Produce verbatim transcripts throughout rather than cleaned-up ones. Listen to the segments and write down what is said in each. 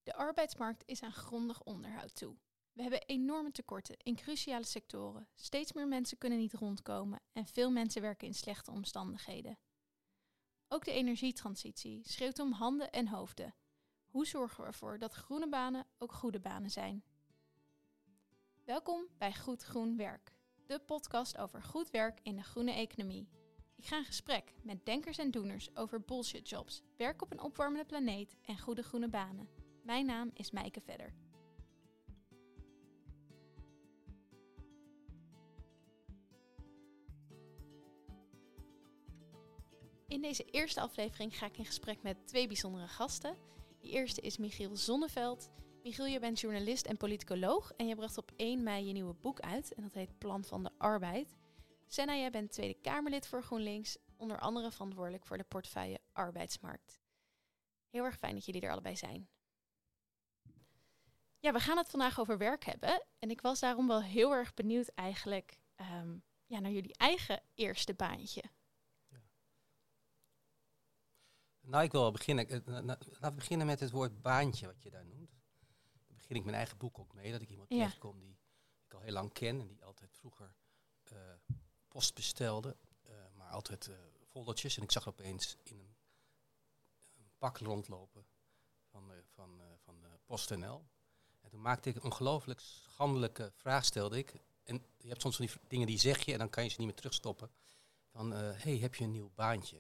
De arbeidsmarkt is aan grondig onderhoud toe. We hebben enorme tekorten in cruciale sectoren. Steeds meer mensen kunnen niet rondkomen en veel mensen werken in slechte omstandigheden. Ook de energietransitie schreeuwt om handen en hoofden. Hoe zorgen we ervoor dat groene banen ook goede banen zijn? Welkom bij Goed Groen Werk, de podcast over goed werk in de groene economie. Ik ga in gesprek met denkers en doeners over bullshit jobs, werk op een opwarmende planeet en goede groene banen. Mijn naam is Mijke Vedder. In deze eerste aflevering ga ik in gesprek met twee bijzondere gasten. De eerste is Michiel Zonneveld. Michiel, je bent journalist en politicoloog en je bracht op één mei je nieuwe boek uit en dat heet Plan van de Arbeid. Senna, jij bent Tweede Kamerlid voor GroenLinks, onder andere verantwoordelijk voor de portefeuille arbeidsmarkt. Heel erg fijn dat jullie er allebei zijn. Ja, we gaan het vandaag over werk hebben en ik was daarom wel heel erg benieuwd eigenlijk um, ja, naar jullie eigen eerste baantje. Nou, ik wil wel beginnen. Laten we beginnen met het woord baantje, wat je daar noemt. Daar begin ik mijn eigen boek ook mee, dat ik iemand ja. tegenkom die ik al heel lang ken en die altijd vroeger uh, post bestelde, uh, maar altijd uh, foldertjes. En ik zag opeens in een, een pak rondlopen van, uh, van, uh, van uh, PostNL. En toen maakte ik een ongelooflijk schandelijke vraag, stelde ik. En je hebt soms van die dingen die zeg je en dan kan je ze niet meer terugstoppen. Van, hé, uh, hey, heb je een nieuw baantje?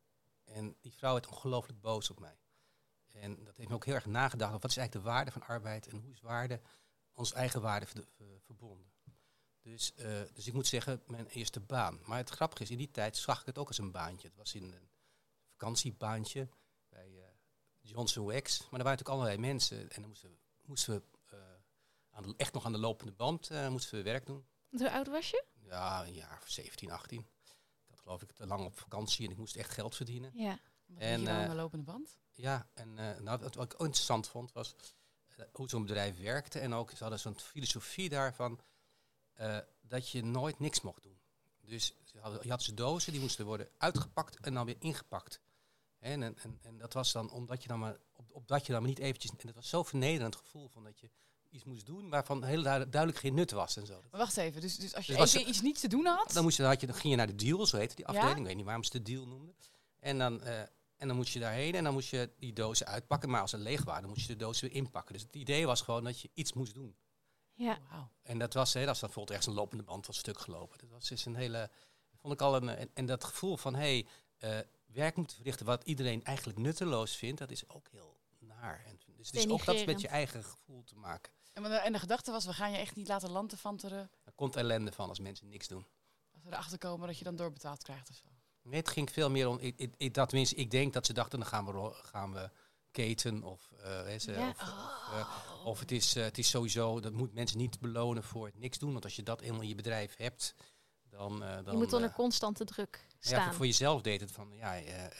En die vrouw werd ongelooflijk boos op mij. En dat heeft me ook heel erg nagedacht over wat is eigenlijk de waarde van arbeid en hoe is waarde, onze eigen waarde ver, ver, verbonden. Dus, uh, dus ik moet zeggen, mijn eerste baan. Maar het grappige is, in die tijd zag ik het ook als een baantje. Het was in een vakantiebaantje bij uh, Johnson Wax. Maar er waren natuurlijk allerlei mensen en dan moesten we, moesten we uh, aan de, echt nog aan de lopende band uh, moesten we werk doen. Hoe oud was je? Ja, een jaar of zeventien, achttien. Geloof ik te lang op vakantie en ik moest echt geld verdienen. Ja. Wat en, je dan aan de lopende band? Ja, en uh, nou, wat, wat ik ook interessant vond was uh, hoe zo'n bedrijf werkte. En ook, ze hadden zo'n filosofie daarvan uh, dat je nooit niks mocht doen. Dus je had, je had ze dozen, die moesten worden uitgepakt en dan weer ingepakt. En, en, en, en dat was dan omdat je dan maar, op, op dat je dan maar niet eventjes... En dat was zo vernederend gevoel van dat je iets moest doen waarvan heel duidelijk, duidelijk geen nut was en zo. Maar wacht even, dus, dus als je dus even iets niet te doen had... Dan, moest je, dan, had je, dan ging je naar de deal, zo heette die afdeling. Ja? Ik weet niet waarom ze de deal noemden. En dan, uh, en dan moest je daarheen en dan moest je die dozen uitpakken. Maar als ze leeg waren, dan moest je de dozen weer inpakken. Dus het idee was gewoon dat je iets moest doen. Ja. Wow. En dat was, hè, dat was dan bijvoorbeeld ergens een lopende band van stuk gelopen. Dat was dus een hele... Vond ik al een... En, en dat gevoel van, hé, hey, uh, werk moeten verrichten wat iedereen eigenlijk nutteloos vindt, dat is ook heel naar. En, dus het is ook dat met je eigen gevoel te maken. En de, en de gedachte was, we gaan je echt niet laten lantefanteren. Er komt ellende van als mensen niks doen. Als we erachter komen dat je dan doorbetaald krijgt of zo. Nee, het ging veel meer om... Ik, ik, ik, dat, tenminste, ik denk dat ze dachten, dan gaan we, gaan we keten of... Uh, ze, ja. of, of, uh, of het, is, uh, het is sowieso... Dat moet mensen niet belonen voor het niks doen. Want als je dat eenmaal in je bedrijf hebt, dan... Uh, dan je moet onder uh, constante druk staan. Ja, voor, voor jezelf deed het van... Ja, uh, uh,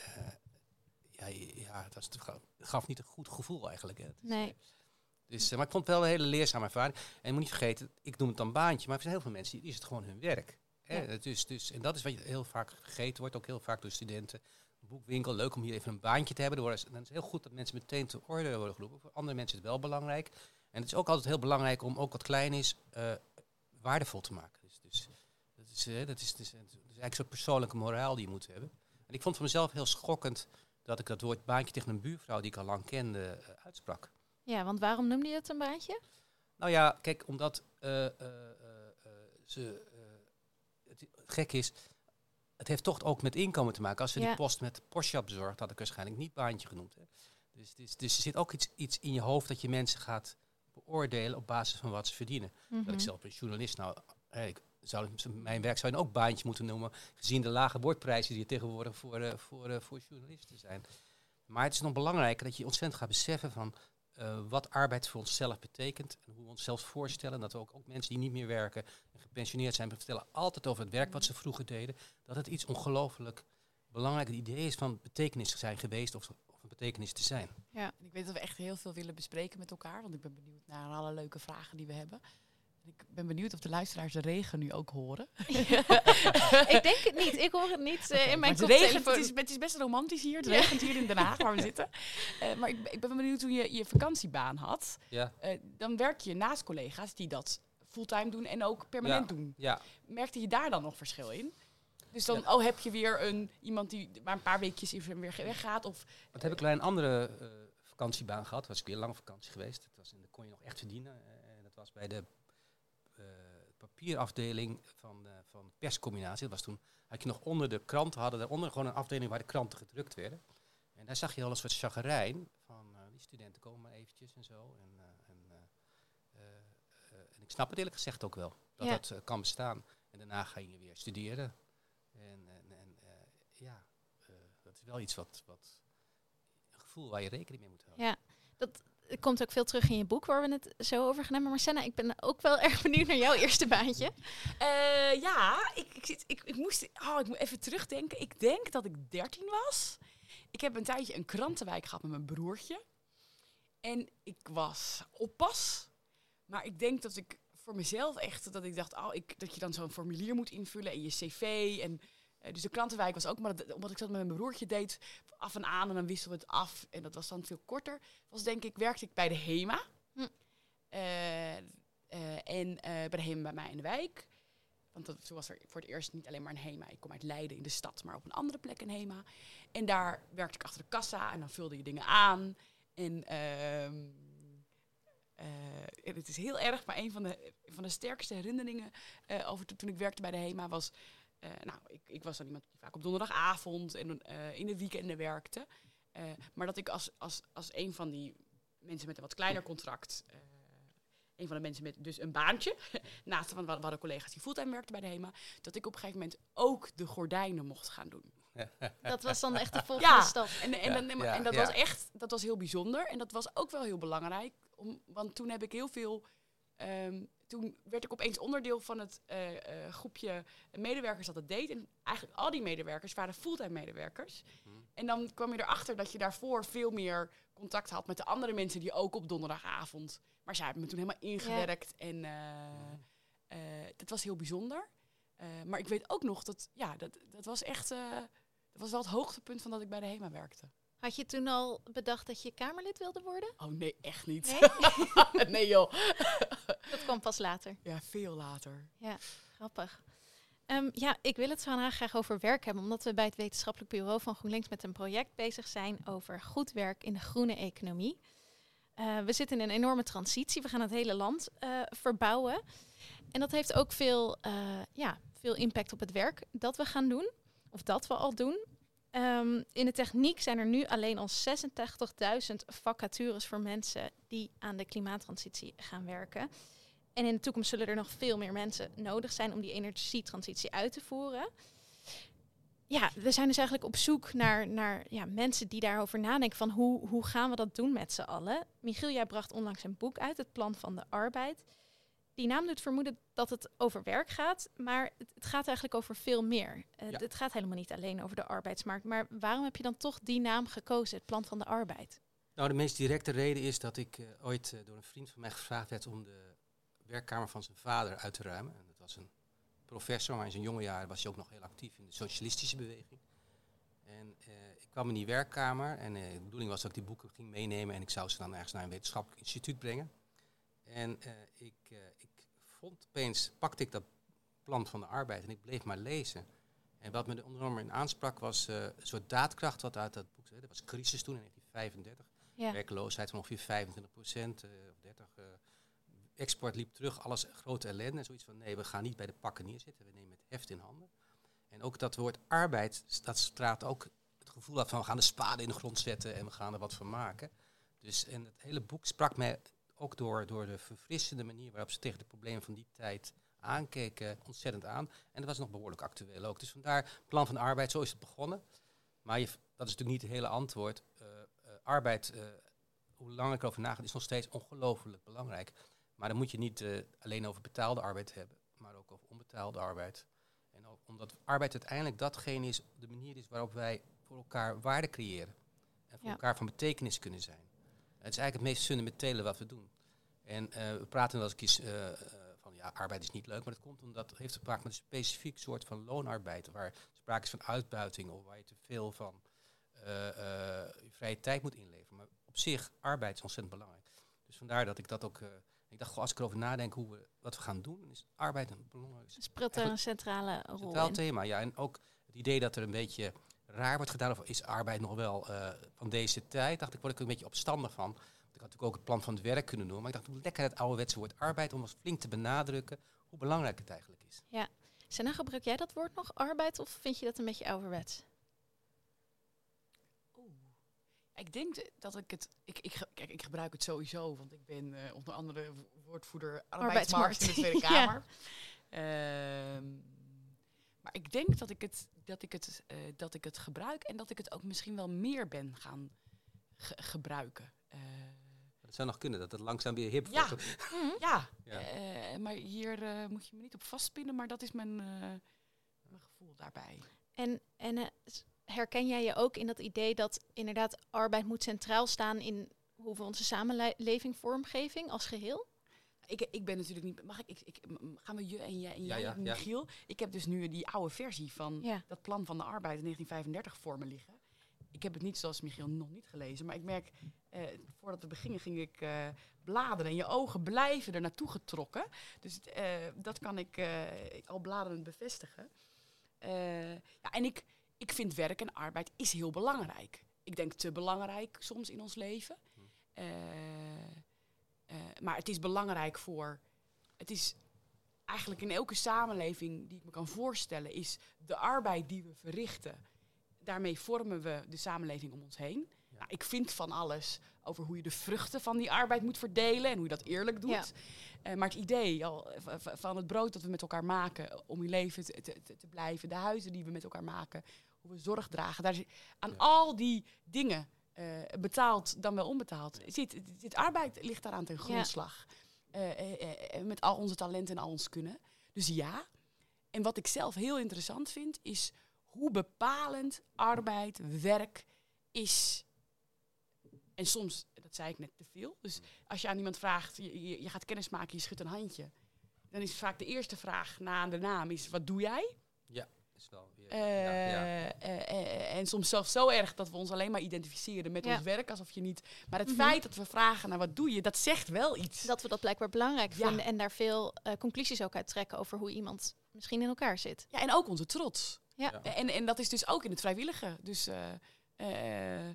ja, ja het, was, het gaf niet een goed gevoel eigenlijk. Hè. Nee. Dus, uh, maar ik vond het wel een hele leerzame ervaring. En je moet niet vergeten, ik noem het dan baantje, maar er zijn heel veel mensen, die is het gewoon hun werk. Hè? Ja. Dus, dus, en dat is wat je heel vaak gegeten wordt, ook heel vaak door studenten. Een boekwinkel, leuk om hier even een baantje te hebben. Dan is het heel goed dat mensen meteen te orde worden geroepen. Voor andere mensen is het wel belangrijk. En het is ook altijd heel belangrijk om ook wat klein is, uh, waardevol te maken. Dus, dus dat is, uh, dat is, dus, dat is eigenlijk een soort persoonlijke moraal die je moet hebben. En ik vond voor mezelf heel schokkend dat ik dat woord baantje tegen een buurvrouw die ik al lang kende uh, uitsprak. Ja, want waarom noemde je het een baantje? Nou ja, kijk, omdat uh, uh, uh, ze... Uh, het, het gek is, het heeft toch ook met inkomen te maken. Als ze ja. die post met Porsche bezorgt, had ik waarschijnlijk niet baantje genoemd. Hè. Dus, dus, dus er zit ook iets, iets in je hoofd dat je mensen gaat beoordelen op basis van wat ze verdienen. Mm-hmm. Dat ik zelf een journalist, nou, hey, ik zou, mijn werk zou je ook baantje moeten noemen, gezien de lage woordprijzen die er tegenwoordig voor, uh, voor, uh, voor journalisten zijn. Maar het is nog belangrijker dat je ontzettend gaat beseffen van uh, wat arbeid voor onszelf betekent en hoe we onszelf voorstellen. Dat we ook, ook mensen die niet meer werken en gepensioneerd zijn, vertellen altijd over het werk wat ze vroeger deden. Dat het iets ongelooflijk belangrijk idee is van betekenis te zijn geweest of, of een betekenis te zijn. Ja, en ik weet dat we echt heel veel willen bespreken met elkaar, want ik ben benieuwd naar alle leuke vragen die we hebben. Ik ben benieuwd of de luisteraars de regen nu ook horen. Ik denk het niet. Ik hoor het niet uh, in mijn het, regent, koptelefoon. het, is, het is best romantisch hier. Het Ja. regent hier in Den Haag, waar we zitten. Uh, maar ik, ik ben benieuwd hoe je je vakantiebaan had. Ja. Uh, dan werk je naast collega's die dat fulltime doen en ook permanent Ja. doen. Ja. Merkte je daar dan nog verschil in? Dus dan Ja. oh, heb je weer een, iemand die maar een paar weekjes even weer weggaat? Of, Wat heb ik bij een andere uh, vakantiebaan gehad. Was ik weer lang op vakantie geweest. Dat was, en dan kon je nog echt verdienen. En uh, dat was bij de uh, papierafdeling van, uh, van perscombinatie. Dat was toen, had je nog onder de kranten, hadden daaronder gewoon een afdeling waar de kranten gedrukt werden. En daar zag je al een soort chagrijn van uh, die studenten komen maar eventjes en zo. En, uh, en, uh, uh, uh, en ik snap het eerlijk gezegd ook wel, dat Ja. dat uh, kan bestaan. En daarna ga je weer studeren. En, en, en uh, ja, uh, dat is wel iets wat, wat een gevoel waar je rekening mee moet houden. Ja, dat komt ook veel terug in je boek waar we het zo over gaan hebben. Maar Senna, ik ben ook wel erg benieuwd naar jouw eerste baantje. Uh, ja, ik, ik, zit, ik, ik, moest, oh, ik moet even terugdenken. Ik denk dat ik dertien was. Ik heb een tijdje een krantenwijk gehad met mijn broertje. En ik was oppas. Maar ik denk dat ik voor mezelf echt, dat ik dacht, oh, ik, dat je dan zo'n formulier moet invullen en je cv. En, uh, dus de krantenwijk was ook, maar dat, omdat ik dat met mijn broertje deed, af en aan en dan wisselden we het af. En dat was dan veel korter. Was denk ik, werkte ik bij de HEMA. Hm. Uh, uh, en uh, bij de HEMA bij mij in de wijk. Want dat, toen was er voor het eerst niet alleen maar een HEMA. Ik kom uit Leiden in de stad, maar op een andere plek een HEMA. En daar werkte ik achter de kassa en dan vulde je dingen aan. En uh, uh, het is heel erg, maar een van de, van de sterkste herinneringen uh, over to, toen ik werkte bij de HEMA was... Uh, nou, ik, ik was dan iemand die vaak op donderdagavond en uh, in de weekenden werkte. Uh, maar dat ik als, als, als een van die mensen met een wat kleiner contract... Uh, een van de mensen met dus een baantje, naast van we hadden collega's die fulltime werkten bij de HEMA, dat ik op een gegeven moment ook de gordijnen mocht gaan doen. Dat was dan echt de volgende ja, stap. En, en, ja, dan, ja, en dat ja. was echt, dat was heel bijzonder en dat was ook wel heel belangrijk, om, want toen heb ik heel veel, um, toen werd ik opeens onderdeel van het uh, uh, groepje medewerkers dat het deed en eigenlijk al die medewerkers waren fulltime medewerkers. Hmm. En dan kwam je erachter dat je daarvoor veel meer contact had met de andere mensen die ook op donderdagavond. Maar zij hebben me toen helemaal ingewerkt ja. en uh, uh, dat was heel bijzonder. Uh, maar ik weet ook nog dat, ja, dat, dat was echt, uh, dat was wel het hoogtepunt van dat ik bij de HEMA werkte. Had je toen al bedacht dat je Kamerlid wilde worden? Oh nee, echt niet. Nee, nee joh. Dat kwam pas later. Ja, veel later. Ja, grappig. Um, ja, ik wil het vandaag graag over werk hebben, omdat we bij het wetenschappelijk bureau van GroenLinks met een project bezig zijn over goed werk in de groene economie. Uh, we zitten in een enorme transitie. We gaan het hele land uh, verbouwen. En dat heeft ook veel, uh, ja, veel impact op het werk dat we gaan doen. Of dat we al doen. Um, in de techniek zijn er nu alleen al zesentachtigduizend vacatures voor mensen die aan de klimaattransitie gaan werken. En in de toekomst zullen er nog veel meer mensen nodig zijn om die energietransitie uit te voeren. Ja, we zijn dus eigenlijk op zoek naar, naar ja, mensen die daarover nadenken van hoe, hoe gaan we dat doen met z'n allen. Michiel, jij bracht onlangs een boek uit, Het Plan van de Arbeid. Die naam doet vermoeden dat het over werk gaat, maar het, het gaat eigenlijk over veel meer. Uh, ja. Het gaat helemaal niet alleen over de arbeidsmarkt. Maar waarom heb je dan toch die naam gekozen, Het Plan van de Arbeid? Nou, de meest directe reden is dat ik uh, ooit uh, door een vriend van mij gevraagd werd om de werkkamer van zijn vader uit te ruimen. En dat was een professor, maar in zijn jonge jaren was hij ook nog heel actief in de socialistische beweging. En uh, ik kwam in die werkkamer en uh, de bedoeling was dat ik die boeken ging meenemen en ik zou ze dan ergens naar een wetenschappelijk instituut brengen. En uh, ik, uh, ik vond opeens, pakte ik dat Plan van de Arbeid en ik bleef maar lezen. En wat me enorm in aansprak was uh, een soort daadkracht wat uit dat boek. Er was crisis toen in negentien vijfendertig, ja. Werkloosheid van ongeveer vijfentwintig procent uh, of dertig uh, export liep terug, alles grote ellende. En zoiets van, nee, we gaan niet bij de pakken neerzitten. We nemen het heft in handen. En ook dat woord arbeid, dat straalt ook het gevoel af van, we gaan de spade in de grond zetten en we gaan er wat van maken. Dus en het hele boek sprak mij ook door, door de verfrissende manier waarop ze tegen de problemen van die tijd aankeken, ontzettend aan. En dat was nog behoorlijk actueel ook. Dus vandaar, Plan van de Arbeid, zo is het begonnen. Maar je, dat is natuurlijk niet het hele antwoord. Uh, uh, arbeid, uh, hoe langer ik erover naga, is nog steeds ongelooflijk belangrijk. Maar dan moet je niet uh, alleen over betaalde arbeid hebben, maar ook over onbetaalde arbeid. En ook omdat arbeid uiteindelijk datgene is, de manier is waarop wij voor elkaar waarde creëren. En voor ja. elkaar van betekenis kunnen zijn. Het is eigenlijk het meest fundamentele wat we doen. En uh, we praten wel eens uh, uh, van, ja, ja, arbeid is niet leuk, maar dat komt omdat het heeft te maken met een specifiek soort van loonarbeid, waar sprake is van uitbuiting of waar je te veel van uh, uh, je vrije tijd moet inleveren. Maar op zich, arbeid is ontzettend belangrijk. Dus vandaar dat ik dat ook... Uh, ik dacht, goh, als ik erover nadenk hoe we, wat we gaan doen, dan is arbeid een belangrijk... Speelt er een centrale rol centraal in? thema, ja. En ook het idee dat er een beetje raar wordt gedaan, of is arbeid nog wel uh, van deze tijd, dacht ik, word ik een beetje opstandig van. Want ik had natuurlijk ook het plan van het werk kunnen doen, maar ik dacht, hoe lekker het ouderwetse woord arbeid, om ons flink te benadrukken hoe belangrijk het eigenlijk is. Ja. Senna, gebruik jij dat woord nog, arbeid, of vind je dat een beetje ouderwets? Ik denk dat ik het... Ik, ik, ge- kijk, ik gebruik het sowieso, want ik ben uh, onder andere wo- woordvoerder arbeidsmarkt in de Tweede Kamer. Ja. Um, maar ik denk dat ik het, dat ik het, uh, dat ik het gebruik en dat ik het ook misschien wel meer ben gaan ge- gebruiken. Uh, dat zou nog kunnen, dat het langzaam weer hip ja. wordt. Mm-hmm. Ja, ja. Uh, maar hier uh, moet je me niet op vastpinnen, maar dat is mijn, uh, mijn gevoel daarbij. En... en uh, herken jij je ook in dat idee dat inderdaad arbeid moet centraal staan in hoe we onze samenleving vormgeving als geheel? Ik, ik ben natuurlijk niet... Mag ik, ik, ik gaan we je en jij en ja, jij, ja, Michiel? Ja. Ik heb dus nu die oude versie van ja. dat plan van de arbeid in negentien vijfendertig voor me liggen. Ik heb het niet zoals Michiel nog niet gelezen, maar ik merk, eh, voordat we beginnen ging ik uh, bladeren en je ogen blijven er naartoe getrokken. Dus uh, dat kan ik uh, al bladerend bevestigen. Uh, ja, en ik... Ik vind werk en arbeid is heel belangrijk. Ik denk te belangrijk soms in ons leven. Uh, uh, maar het is belangrijk voor... Het is eigenlijk in elke samenleving die ik me kan voorstellen... is de arbeid die we verrichten. Daarmee vormen we de samenleving om ons heen. Ja. Nou, ik vind van alles over hoe je de vruchten van die arbeid moet verdelen... en hoe je dat eerlijk doet. Ja. Uh, maar het idee al, v- van het brood dat we met elkaar maken... om in leven te, te, te blijven, de huizen die we met elkaar maken... hoe we zorg dragen, daar zit, aan ja. al die dingen, uh, betaald dan wel onbetaald... Ja. Zit, zit arbeid ligt daaraan ten grondslag. Ja. Uh, uh, uh, met al onze talenten en al ons kunnen. Dus ja. En wat ik zelf heel interessant vind... is hoe bepalend arbeid, werk is... En soms, dat zei ik net, te veel. Dus als je aan iemand vraagt, je, je, je gaat kennis maken, je schudt een handje. Dan is vaak de eerste vraag na de naam is, wat doe jij? Ja, is wel. Ja, uh, ja. Uh, uh, en soms zelfs zo erg dat we ons alleen maar identificeren met ja. ons werk, alsof je niet... Maar het Mm-hmm. feit dat we vragen naar wat doe je, dat zegt wel iets. Dat we dat blijkbaar belangrijk ja. vinden en daar veel uh, conclusies ook uit trekken over hoe iemand misschien in elkaar zit. Ja, en ook onze trots. Ja. Ja. En, en dat is dus ook in het vrijwillige. Dus... Uh, uh,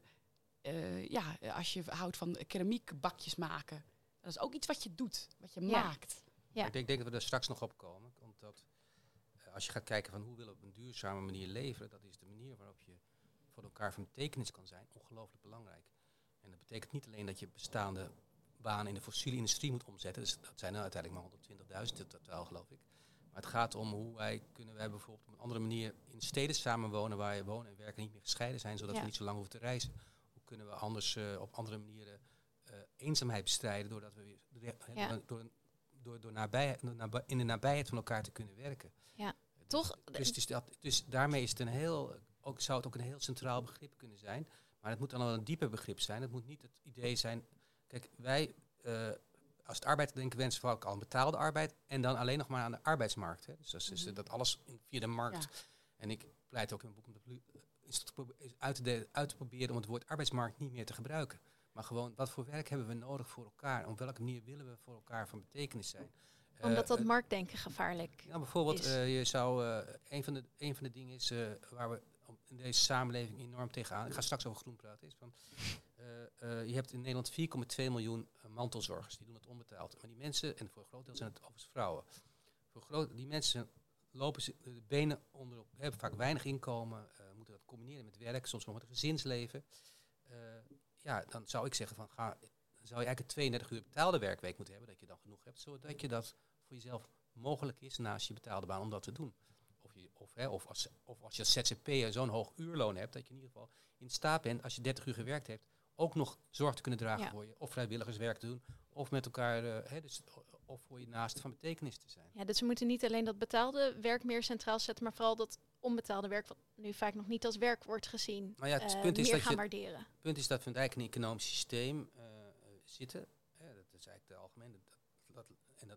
Uh, ja, als je houdt van keramiekbakjes maken. Dat is ook iets wat je doet, wat je ja. maakt. Ja. Ik denk, denk dat we er straks nog op komen. Omdat uh, als je gaat kijken van hoe willen we op een duurzame manier leven, dat is de manier waarop je voor elkaar van betekenis kan zijn, ongelooflijk belangrijk. En dat betekent niet alleen dat je bestaande banen in de fossiele industrie moet omzetten. Dus dat zijn er uiteindelijk maar honderdtwintigduizend in totaal, geloof ik. Maar het gaat om hoe wij kunnen wij bijvoorbeeld op een andere manier in steden samenwonen waar je wonen en werken niet meer gescheiden zijn, zodat ja. we niet zo lang hoeven te reizen. Kunnen we anders uh, op andere manieren uh, eenzaamheid bestrijden doordat we weer de, ja. door, door, door, door nabij, nabij, in de nabijheid van elkaar te kunnen werken. Ja, dus, toch? Dus, dus, dat, dus daarmee is het een heel, ook, zou het ook een heel centraal begrip kunnen zijn. Maar het moet dan wel een dieper begrip zijn. Het moet niet het idee zijn. Kijk, wij uh, als het arbeid denken wensen we ook al een betaalde arbeid en dan alleen nog maar aan de arbeidsmarkt. Hè. Dus dat is mm-hmm. dat alles in, via de markt. Ja. En ik pleit ook in mijn boek om de Is uit te, de, uit te proberen om het woord arbeidsmarkt niet meer te gebruiken. Maar gewoon, wat voor werk hebben we nodig voor elkaar? Op welke manier willen we voor elkaar van betekenis zijn? Omdat dat uh, marktdenken gevaarlijk nou, bijvoorbeeld, is. Uh, je zou, uh, een, van de, een van de dingen is uh, waar we in deze samenleving enorm tegenaan... Ik ga straks over groen praten. Is van, uh, uh, je hebt in Nederland vier komma twee miljoen uh, mantelzorgers. Die doen het onbetaald. Maar die mensen, en voor een groot deel zijn het overigens vrouwen. Voor groot, die mensen lopen ze de benen onder, hebben vaak weinig inkomen... Uh, moeten dat combineren met werk, soms nog met een gezinsleven. Uh, ja, dan zou ik zeggen van ga, dan zou je eigenlijk een tweeëndertig uur betaalde werkweek moeten hebben, dat je dan genoeg hebt, zodat je dat voor jezelf mogelijk is naast je betaalde baan om dat te doen. Of, je, of, hè, of, als, of als je als Z Z P'er zo'n hoog uurloon hebt, dat je in ieder geval in staat bent, als je dertig uur gewerkt hebt, ook nog zorg te kunnen dragen ja. voor je, of vrijwilligerswerk te doen, of met elkaar, uh, hè, dus, of voor je naast van betekenis te zijn. Ja, dus we moeten niet alleen dat betaalde werk meer centraal zetten, maar vooral dat onbetaalde werk, wat nu vaak nog niet als werk wordt gezien, maar ja, het uh, punt is meer dat gaan je, waarderen. Het punt is dat we eigenlijk in een economisch systeem uh, zitten. Hè, dat is eigenlijk de algemene. Dat, dat, en dat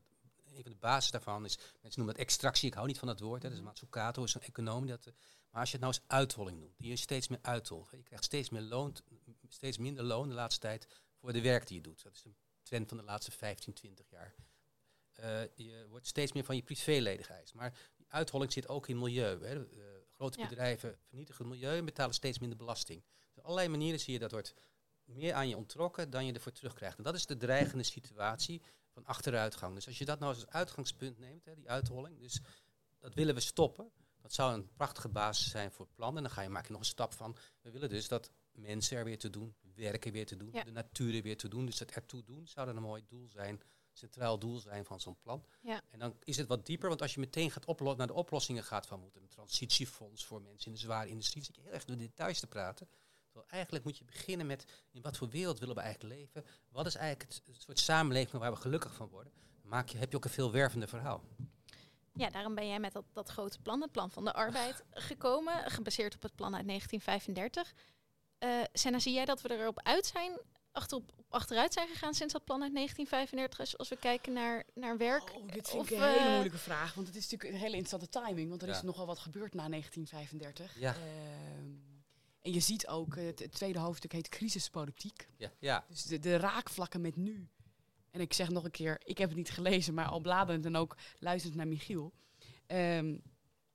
een van de basis daarvan is, mensen noemen dat extractie, ik hou niet van dat woord, hè, dat is Mazzucato, is een econoom. Dat, uh, maar als je het nou eens uitholling noemt, die je steeds meer uitholt, hè, je krijgt steeds, meer loon, steeds minder loon de laatste tijd voor de werk die je doet. Dat is een trend van de laatste vijftien, twintig jaar. Uh, je wordt steeds meer van je privéleven geëist. Maar die uitholling zit ook in milieu. Hè. Uh, grote ja. bedrijven vernietigen het milieu en betalen steeds minder belasting. Dus op allerlei manieren zie je dat wordt meer aan je onttrokken dan je ervoor terugkrijgt. En dat is de dreigende situatie van achteruitgang. Dus als je dat nou als uitgangspunt neemt, hè, die uitholling, dus dat willen we stoppen. Dat zou een prachtige basis zijn voor het plan. En dan ga je, maak je nog een stap van, we willen dus dat mensen er weer te doen, werken weer te doen, ja. de natuur er weer te doen. Dus het ertoe doen zou dan een mooi doel zijn, centraal doel zijn van zo'n plan. Ja. En dan is het wat dieper, want als je meteen gaat oplo- naar de oplossingen gaat van moeten, een transitiefonds voor mensen in de zware industrie, zit je heel erg door de details te praten. Terwijl eigenlijk moet je beginnen met, in wat voor wereld willen we eigenlijk leven? Wat is eigenlijk het, het soort samenleving waar we gelukkig van worden? Dan maak je, heb je ook een veel wervender verhaal. Ja, daarom ben jij met dat, dat grote plan, het plan van de arbeid, gekomen, gebaseerd op het plan uit negentien vijfendertig. Uh, Senna, zie jij dat we erop uit zijn, achterop, achteruit zijn gegaan sinds dat plan uit negentien vijfendertig, als we kijken naar, naar werk? Oh, dit vind of, ik een hele uh, moeilijke vraag, want het is natuurlijk een hele interessante timing, want er ja. is nogal wat gebeurd na negentien vijfendertig. Ja. Uh, en je ziet ook, het, het tweede hoofdstuk heet crisispolitiek. Ja. Ja. Dus de, de raakvlakken met nu. En ik zeg nog een keer, ik heb het niet gelezen, maar al bladerend en ook luisterend naar Michiel. Um,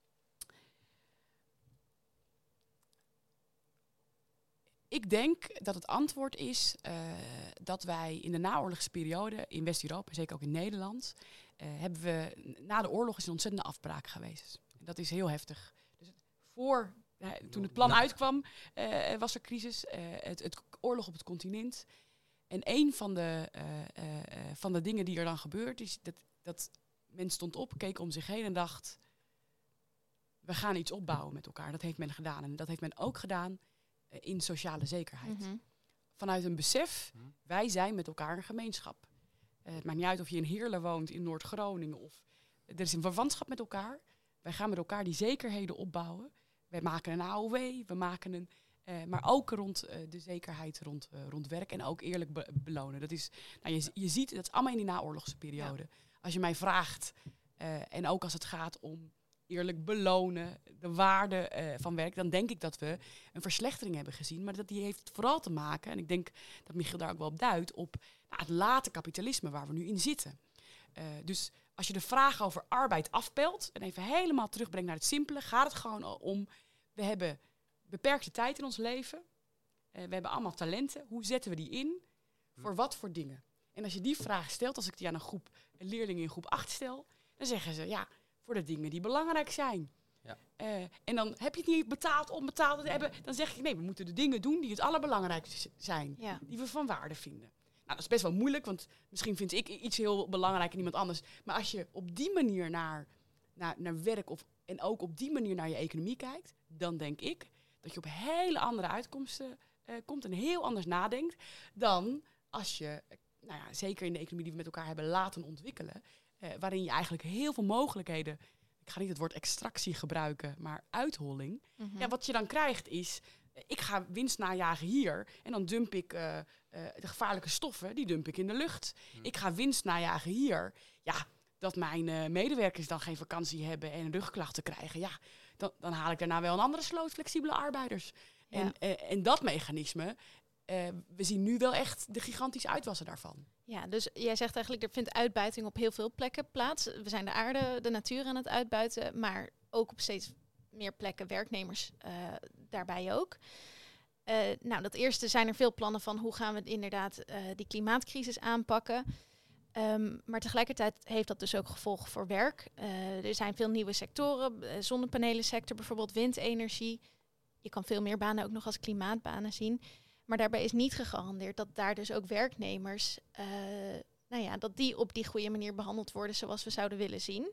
ik denk dat het antwoord is uh, dat wij in de naoorlogse periode in West-Europa, zeker ook in Nederland, uh, hebben we, na de oorlog is een ontzettende afbraak geweest. Dat is heel heftig. Dus voor, uh, toen het plan uitkwam, uh, was er crisis, uh, het, het oorlog op het continent. En een van de, uh, uh, uh, van de dingen die er dan gebeurt, is dat, dat men stond op, keek om zich heen en dacht, we gaan iets opbouwen met elkaar. Dat heeft men gedaan. En dat heeft men ook gedaan uh, in sociale zekerheid. Mm-hmm. Vanuit een besef, wij zijn met elkaar een gemeenschap. Uh, het maakt niet uit of je in Heerlen woont, in Noord-Groningen, of er is een verwantschap met elkaar. Wij gaan met elkaar die zekerheden opbouwen. Wij maken een A O W, we maken een... Uh, maar ook rond uh, de zekerheid rond, uh, rond werk en ook eerlijk be- belonen. Dat is, nou, je, je ziet, dat is allemaal in die naoorlogse periode. Ja. Als je mij vraagt, uh, en ook als het gaat om eerlijk belonen, de waarde uh, van werk, dan denk ik dat we een verslechtering hebben gezien. Maar dat die heeft vooral te maken, en ik denk dat Michiel daar ook wel op duidt, op nou, het late kapitalisme waar we nu in zitten. Uh, dus als je de vraag over arbeid afpelt en even helemaal terugbrengt naar het simpele, gaat het gewoon om, we hebben beperkte tijd in ons leven. Uh, we hebben allemaal talenten. Hoe zetten we die in? Voor wat voor dingen? En als je die vraag stelt, als ik die aan een groep een leerlingen in groep acht stel, dan zeggen ze, ja, voor de dingen die belangrijk zijn. Ja. Uh, en dan heb je het niet betaald om betaald te hebben. Dan zeg ik, nee, we moeten de dingen doen die het allerbelangrijkste zijn. Ja. Die we van waarde vinden. Nou, dat is best wel moeilijk, want misschien vind ik iets heel belangrijk en iemand anders. Maar als je op die manier naar, naar, naar werk of, en ook op die manier naar je economie kijkt, dan denk ik dat je op hele andere uitkomsten uh, komt en heel anders nadenkt dan als je, nou ja, zeker in de economie die we met elkaar hebben laten ontwikkelen, uh, waarin je eigenlijk heel veel mogelijkheden, ik ga niet het woord extractie gebruiken, maar uitholling. Mm-hmm. Ja, wat je dan krijgt is, uh, ik ga winst najagen hier en dan dump ik uh, uh, de gevaarlijke stoffen, die dump ik in de lucht. Mm. Ik ga winst najagen hier. Ja, dat mijn uh, medewerkers dan geen vakantie hebben en rugklachten krijgen, ja, Dan, dan haal ik daarna wel een andere sloot flexibele arbeiders. Ja. En, uh, en dat mechanisme, uh, we zien nu wel echt de gigantische uitwassen daarvan. Ja, dus jij zegt eigenlijk, er vindt uitbuiting op heel veel plekken plaats. We zijn de aarde, de natuur aan het uitbuiten, maar ook op steeds meer plekken werknemers uh, daarbij ook. Uh, nou, dat eerste zijn er veel plannen van hoe gaan we inderdaad uh, die klimaatcrisis aanpakken. Um, maar tegelijkertijd heeft dat dus ook gevolgen voor werk. Uh, er zijn veel nieuwe sectoren, uh, zonnepanelensector, bijvoorbeeld windenergie. Je kan veel meer banen ook nog als klimaatbanen zien. Maar daarbij is niet gegarandeerd dat daar dus ook werknemers, uh, nou ja, dat die op die goede manier behandeld worden zoals we zouden willen zien.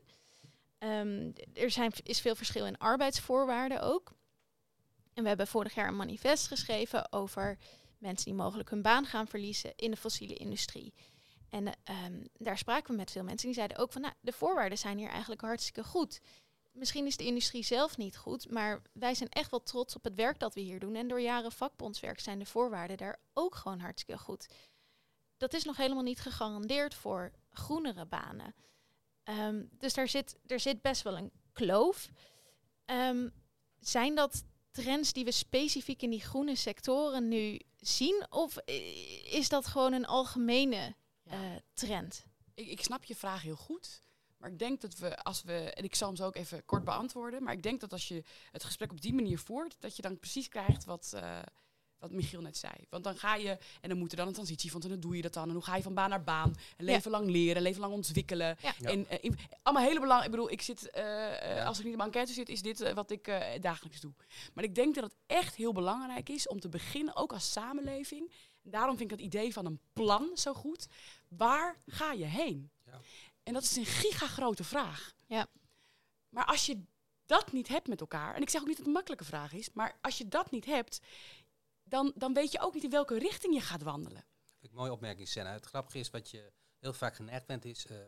Um, er zijn, is veel verschil in arbeidsvoorwaarden ook. En we hebben vorig jaar een manifest geschreven over mensen die mogelijk hun baan gaan verliezen in de fossiele industrie. En um, daar spraken we met veel mensen. Die zeiden ook van, nou, de voorwaarden zijn hier eigenlijk hartstikke goed. Misschien is de industrie zelf niet goed, maar wij zijn echt wel trots op het werk dat we hier doen. En door jaren vakbondswerk zijn de voorwaarden daar ook gewoon hartstikke goed. Dat is nog helemaal niet gegarandeerd voor groenere banen. Um, dus daar zit, er zit best wel een kloof. Um, zijn dat trends die we specifiek in die groene sectoren nu zien? Of is dat gewoon een algemene ja. uh, trend? Ik, ik snap je vraag heel goed. Maar ik denk dat we, als we, en ik zal hem zo ook even kort beantwoorden, maar ik denk dat als je het gesprek op die manier voert, dat je dan precies krijgt wat, uh, wat Michiel net zei. Want dan ga je, en dan moet er dan een transitie van, en dan doe je dat dan. En hoe ga je van baan naar baan? Een leven ja. lang leren, een leven lang ontwikkelen. Ja. En uh, in, allemaal hele belangrijk. Ik bedoel, ik zit, uh, ja. als ik niet in mijn enquête zit, is dit uh, wat ik uh, dagelijks doe. Maar ik denk dat het echt heel belangrijk is om te beginnen, ook als samenleving. En daarom vind ik dat idee van een plan zo goed. Waar ga je heen? Ja. En dat is een gigagrote vraag. Ja. Maar als je dat niet hebt met elkaar, en ik zeg ook niet dat het een makkelijke vraag is, maar als je dat niet hebt, dan, dan weet je ook niet in welke richting je gaat wandelen. Dat vind ik een mooie opmerking, Senna. Het grappige is, wat je heel vaak geneigd bent, is uh, uh,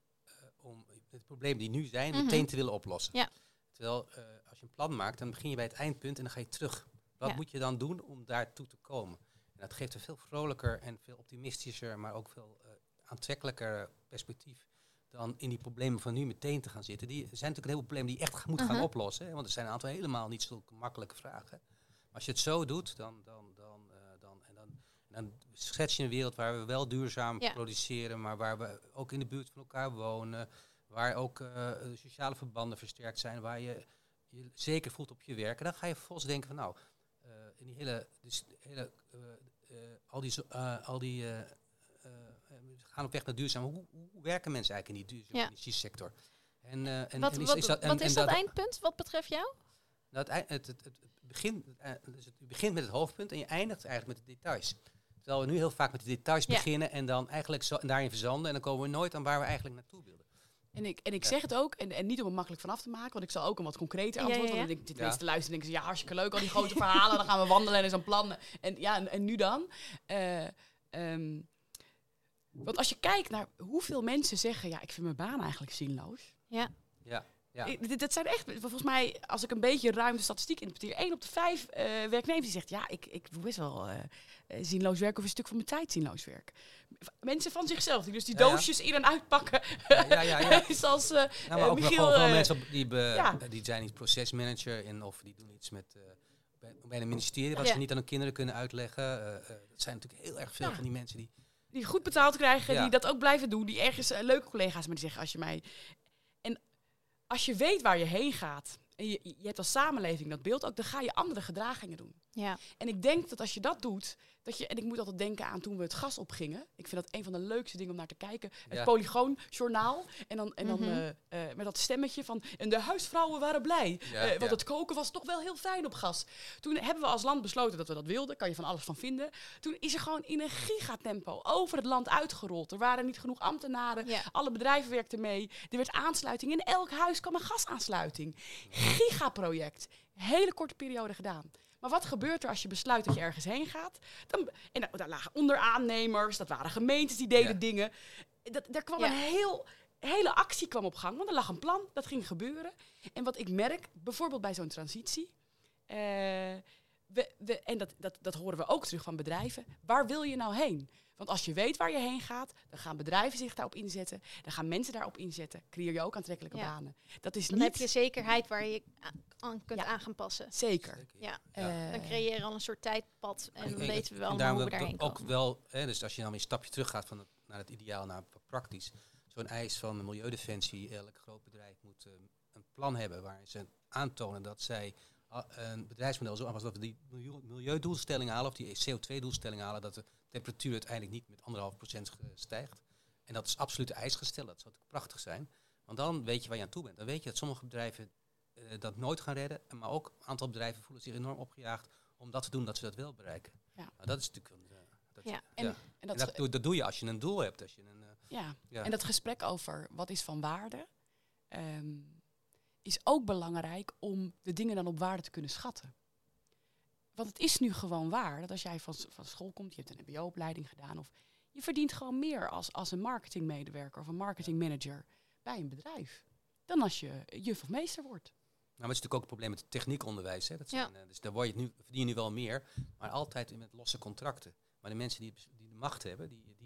om de problemen die nu zijn, mm-hmm. meteen te willen oplossen. Ja. Terwijl, uh, als je een plan maakt, dan begin je bij het eindpunt en dan ga je terug. Wat ja. moet je dan doen om daartoe te komen? En dat geeft een veel vrolijker en veel optimistischer, maar ook veel uh, aantrekkelijker perspectief dan in die problemen van nu meteen te gaan zitten. Die zijn natuurlijk een heleboel problemen die je echt moet uh-huh. gaan oplossen. Hè? Want er zijn een aantal helemaal niet zo makkelijke vragen. Maar als je het zo doet, dan, dan, dan, uh, dan, en dan, en dan schets je een wereld waar we wel duurzaam ja. produceren, maar waar we ook in de buurt van elkaar wonen, waar ook uh, sociale verbanden versterkt zijn, waar je je zeker voelt op je werk. En dan ga je vervolgens denken van nou, uh, in die hele, dus hele uh, uh, al die, uh, al die uh, Uh, we gaan op weg naar duurzaam. Hoe, hoe werken mensen eigenlijk in die duurzame ja. energiesector? En, uh, en, wat en is, wat, is dat, en, wat is en dat, dat eindpunt wat betreft jou? Nou, het, het, het, het, begin, dus het begint met het hoofdpunt en je eindigt eigenlijk met de details. Terwijl we nu heel vaak met de details ja. beginnen en dan eigenlijk zo, en daarin verzanden en dan komen we nooit aan waar we eigenlijk naartoe willen. En ik, en ik ja. zeg het ook, en, en niet om het makkelijk vanaf te maken, want ik zal ook een wat concreter antwoord. Ja, ja, ja. Want ik dit ja. mensen te luisteren en denken ze, ja, hartstikke leuk, al die grote verhalen, dan gaan we wandelen en er is een plan. En ja, en, en nu dan? Uh, um, Want als je kijkt naar hoeveel mensen zeggen, ja, ik vind mijn baan eigenlijk zinloos. Ja. Ja. Ja. Ik, dat zijn echt, volgens mij, als ik een beetje ruim de statistiek interpreteer, één op de vijf uh, werknemers die zegt, ja, ik, ik doe best wel uh, uh, zinloos werk of een stuk van mijn tijd zinloos werk. Mensen van zichzelf, die dus die ja, doosjes ja. in en uitpakken. Ja, ja, ja. ja. Zoals uh, ja, maar ook Michiel, gewoon uh, uh, mensen die, be, ja. die zijn niet procesmanager en of die doen iets met uh, bij, bij een ministerie wat ja. ze niet aan hun kinderen kunnen uitleggen. Uh, uh, dat zijn natuurlijk heel erg veel ja. van die mensen die Die goed betaald krijgen, ja. die dat ook blijven doen. Die ergens uh, leuke collega's maar die zeggen, als je mij... En als je weet waar je heen gaat, en je, je hebt als samenleving dat beeld ook, dan ga je andere gedragingen doen. Ja. En ik denk dat als je dat doet, dat je, en ik moet altijd denken aan toen we het gas opgingen. Ik vind dat een van de leukste dingen om naar te kijken. Het ja. Polygoonjournaal. En dan, en dan mm-hmm. uh, uh, met dat stemmetje van, en de huisvrouwen waren blij. Ja, uh, want ja. het koken was toch wel heel fijn op gas. Toen hebben we als land besloten dat we dat wilden. Kan je van alles van vinden. Toen is er gewoon in een gigatempo over het land uitgerold. Er waren niet genoeg ambtenaren. Ja. Alle bedrijven werkten mee. Er werd aansluiting. In elk huis kwam een gasaansluiting. Gigaproject. Hele korte periode gedaan. Maar wat gebeurt er als je besluit dat je ergens heen gaat? Dan, en daar, daar lagen onderaannemers, dat waren gemeentes die deden ja. dingen. Dat, daar kwam ja. een heel, hele actie kwam op gang, want er lag een plan, dat ging gebeuren. En wat ik merk, bijvoorbeeld bij zo'n transitie, uh, we, we, en dat, dat, dat horen we ook terug van bedrijven, waar wil je nou heen? Want als je weet waar je heen gaat, dan gaan bedrijven zich daarop inzetten. Dan gaan mensen daarop inzetten. Creëer je ook aantrekkelijke ja. banen. Dat is dan niet... heb je zekerheid waar je aan kunt ja. aan gaan passen. Zeker. Ja. Ja. Dan creëer je al een soort tijdpad en dan weten we wel hoe we daarheen komen. Ook wel, hè, dus als je dan een stapje terug gaat van het, naar het ideaal, naar praktisch. Zo'n eis van Milieudefensie, elk groot bedrijf moet uh, een plan hebben waarin ze aantonen dat zij uh, een bedrijfsmodel zo aanpassen dat we die milieudoelstellingen halen of die C O twee doelstellingen halen, dat de temperatuur uiteindelijk niet met anderhalf procent stijgt. En dat is absoluut de eis gesteld. Dat zou prachtig zijn. Want dan weet je waar je aan toe bent. Dan weet je dat sommige bedrijven uh, dat nooit gaan redden. Maar ook een aantal bedrijven voelen zich enorm opgejaagd om dat te doen dat ze dat wel bereiken. Ja. Nou, dat is natuurlijk een, uh, dat, ja. En, ja. en, dat, en dat, doe, dat doe je als je een doel hebt. Als je een, uh, ja. ja, en dat gesprek over wat is van waarde um, is ook belangrijk om de dingen dan op waarde te kunnen schatten. Want het is nu gewoon waar dat als jij van, van school komt, je hebt een M B O-opleiding gedaan, of je verdient gewoon meer als, als een marketingmedewerker of een marketingmanager bij een bedrijf dan als je juf of meester wordt. Nou, maar het is natuurlijk ook het probleem met het techniekonderwijs. Hè. Dat zijn, ja. uh, dus daar word je nu, verdien je nu wel meer, maar altijd met losse contracten. Maar de mensen die, die de macht hebben, die, die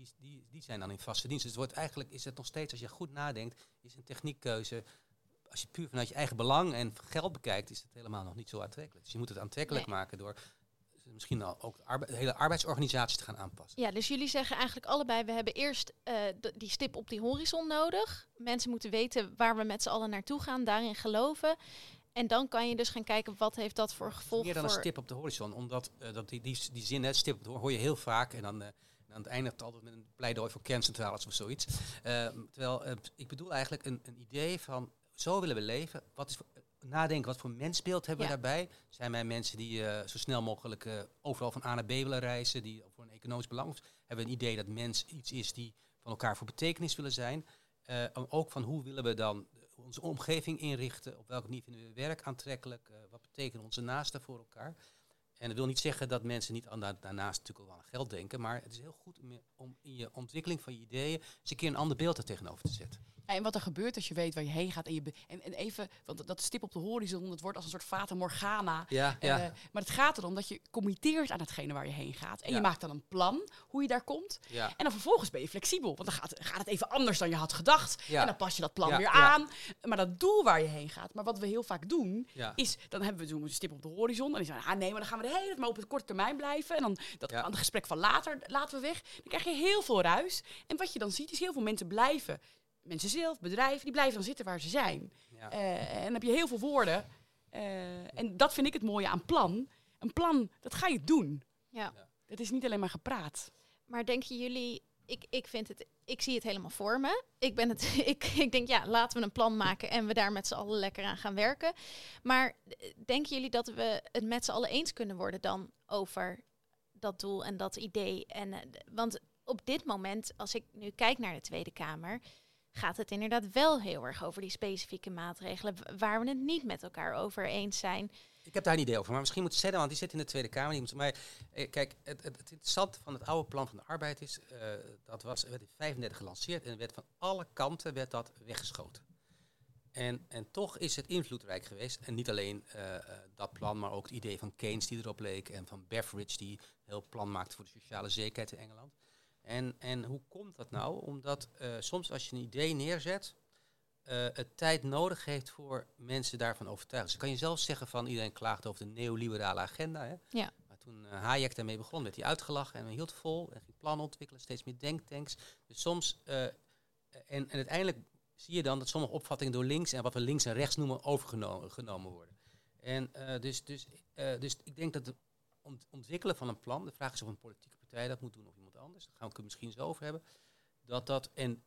die, die, die zijn dan in vaste dienst. Dus het wordt eigenlijk, is het nog steeds, als je goed nadenkt, is een techniekkeuze. Als je puur vanuit je eigen belang en geld bekijkt, is het helemaal nog niet zo aantrekkelijk. Dus je moet het aantrekkelijk nee. maken door misschien al ook de, arbe- de hele arbeidsorganisatie te gaan aanpassen. Ja, dus jullie zeggen eigenlijk allebei, we hebben eerst uh, d- die stip op die horizon nodig. Mensen moeten weten waar we met z'n allen naartoe gaan, daarin geloven. En dan kan je dus gaan kijken, wat heeft dat voor gevolg meer dan voor... een stip op de horizon, omdat uh, dat die, die, die zin, hè, stip op de horizon, hoor je heel vaak. En dan uh, aan het einde het altijd met een pleidooi voor kerncentrales of zoiets. Uh, terwijl, uh, ik bedoel eigenlijk een, een idee van, zo willen we leven. Wat is, uh, nadenken, wat voor mensbeeld hebben ja. we daarbij? Zijn wij mensen die uh, zo snel mogelijk uh, overal van A naar B willen reizen, die voor een economisch belang, of hebben we een idee dat mens iets is die van elkaar voor betekenis willen zijn? Uh, ook van hoe willen we dan onze omgeving inrichten, op welk niveau vinden we werk aantrekkelijk, uh, wat betekenen onze naasten voor elkaar. En dat wil niet zeggen dat mensen niet aan da- daarnaast natuurlijk wel aan geld denken, maar het is heel goed om, om in je ontwikkeling van je ideeën eens een keer een ander beeld er tegenover te zetten. Ja, en wat er gebeurt als je weet waar je heen gaat. En, je be- en, en even, want dat stip op de horizon, dat wordt als een soort fata morgana. Ja, ja. Uh, maar het gaat erom dat je committeert aan hetgene waar je heen gaat. En ja. je maakt dan een plan hoe je daar komt. Ja. En dan vervolgens ben je flexibel. Want dan gaat, gaat het even anders dan je had gedacht. Ja. En dan pas je dat plan ja, weer ja. aan. Maar dat doel waar je heen gaat. Maar wat we heel vaak doen, ja. is, dan hebben we zo'n stip op de horizon. En dan zeggen we, ah nee, maar dan gaan we de hele tijd maar op het korte termijn blijven. En dan dat ja. aan het gesprek van later laten we weg. Dan krijg je heel veel ruis. En wat je dan ziet, is heel veel mensen blijven. Mensen zelf, bedrijven, die blijven dan zitten waar ze zijn. Ja. Uh, en dan heb je heel veel woorden. Uh, en dat vind ik het mooie aan plan. Een plan, dat ga je doen. Ja. Het is niet alleen maar gepraat. Maar denken jullie, ik, ik vind het, ik zie het helemaal voor me. Ik ben het, ik, ik denk, ja, laten we een plan maken en we daar met z'n allen lekker aan gaan werken. Maar denken jullie dat we het met z'n allen eens kunnen worden dan over dat doel en dat idee? En, uh, want op dit moment, als ik nu kijk naar de Tweede Kamer, gaat het inderdaad wel heel erg over die specifieke maatregelen waar we het niet met elkaar over eens zijn. Ik heb daar een idee over, maar misschien moet Sedda, want die zit in de Tweede Kamer. Die moet mij, eh, kijk, het, het, het interessante van het oude plan van de arbeid is, uh, dat was, werd in vijfendertig gelanceerd en werd van alle kanten werd dat weggeschoten. En, en toch is het invloedrijk geweest. En niet alleen uh, uh, dat plan, maar ook het idee van Keynes die erop leek en van Beveridge die een heel plan maakte voor de sociale zekerheid in Engeland. En, en hoe komt dat nou? Omdat uh, soms als je een idee neerzet, uh, het tijd nodig heeft voor mensen daarvan overtuigen. Dus kan je zelfs zeggen van iedereen klaagt over de neoliberale agenda. Hè? Ja. Maar toen uh, Hayek daarmee begon, werd hij uitgelachen en hij hield vol en ging plannen ontwikkelen, steeds meer denktanks. Dus soms, uh, en, en uiteindelijk zie je dan dat sommige opvattingen door links en wat we links en rechts noemen overgenomen genomen worden. En uh, dus, dus, uh, dus ik denk dat het ont- ontwikkelen van een plan, de vraag is of een politieke partij dat moet doen of iemand anders, daar gaan we het misschien zo over hebben, dat dat en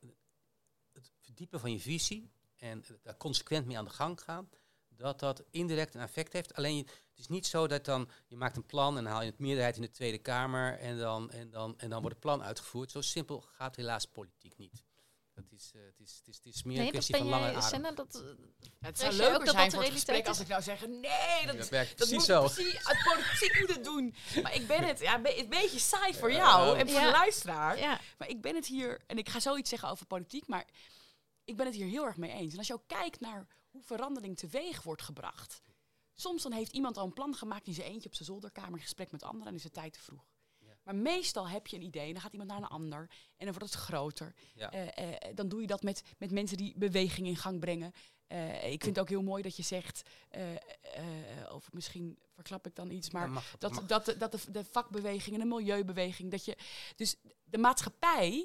het verdiepen van je visie en daar consequent mee aan de gang gaan, dat dat indirect een effect heeft. Alleen je, het is niet zo dat dan je maakt een plan en dan haal je het meerderheid in de Tweede Kamer en dan, en dan, en dan wordt het plan uitgevoerd. Zo simpel gaat helaas politiek niet. Dat is, uh, het, is, het, is, het is meer nee, een kwestie van lange adem. Senna, dat, Ja, het zou zou leuker dat zijn dat voor het gesprek is? als ik nou zeg, nee, dat, dat werkt dat precies moet zo. precies uit politiek moeten doen. Maar ik ben het, ja, be- een beetje saai voor jou en voor ja. de luisteraar. Ja. Maar ik ben het hier, en ik ga zoiets zeggen over politiek, maar ik ben het hier heel erg mee eens. En als je ook kijkt naar hoe verandering teweeg wordt gebracht. Soms dan heeft iemand al een plan gemaakt in zijn eentje op zijn zolderkamer in gesprek met anderen en is het tijd te vroeg. Ja. Maar meestal heb je een idee en dan gaat iemand naar een ander en dan wordt het groter. Ja. Uh, uh, dan doe je dat met, met mensen die beweging in gang brengen. Uh, ik vind het ook heel mooi dat je zegt, uh, uh, of misschien verklap ik dan iets, maar ja, mag, dat, dat, dat, dat de, de vakbeweging en de milieubeweging, dat je, dus de maatschappij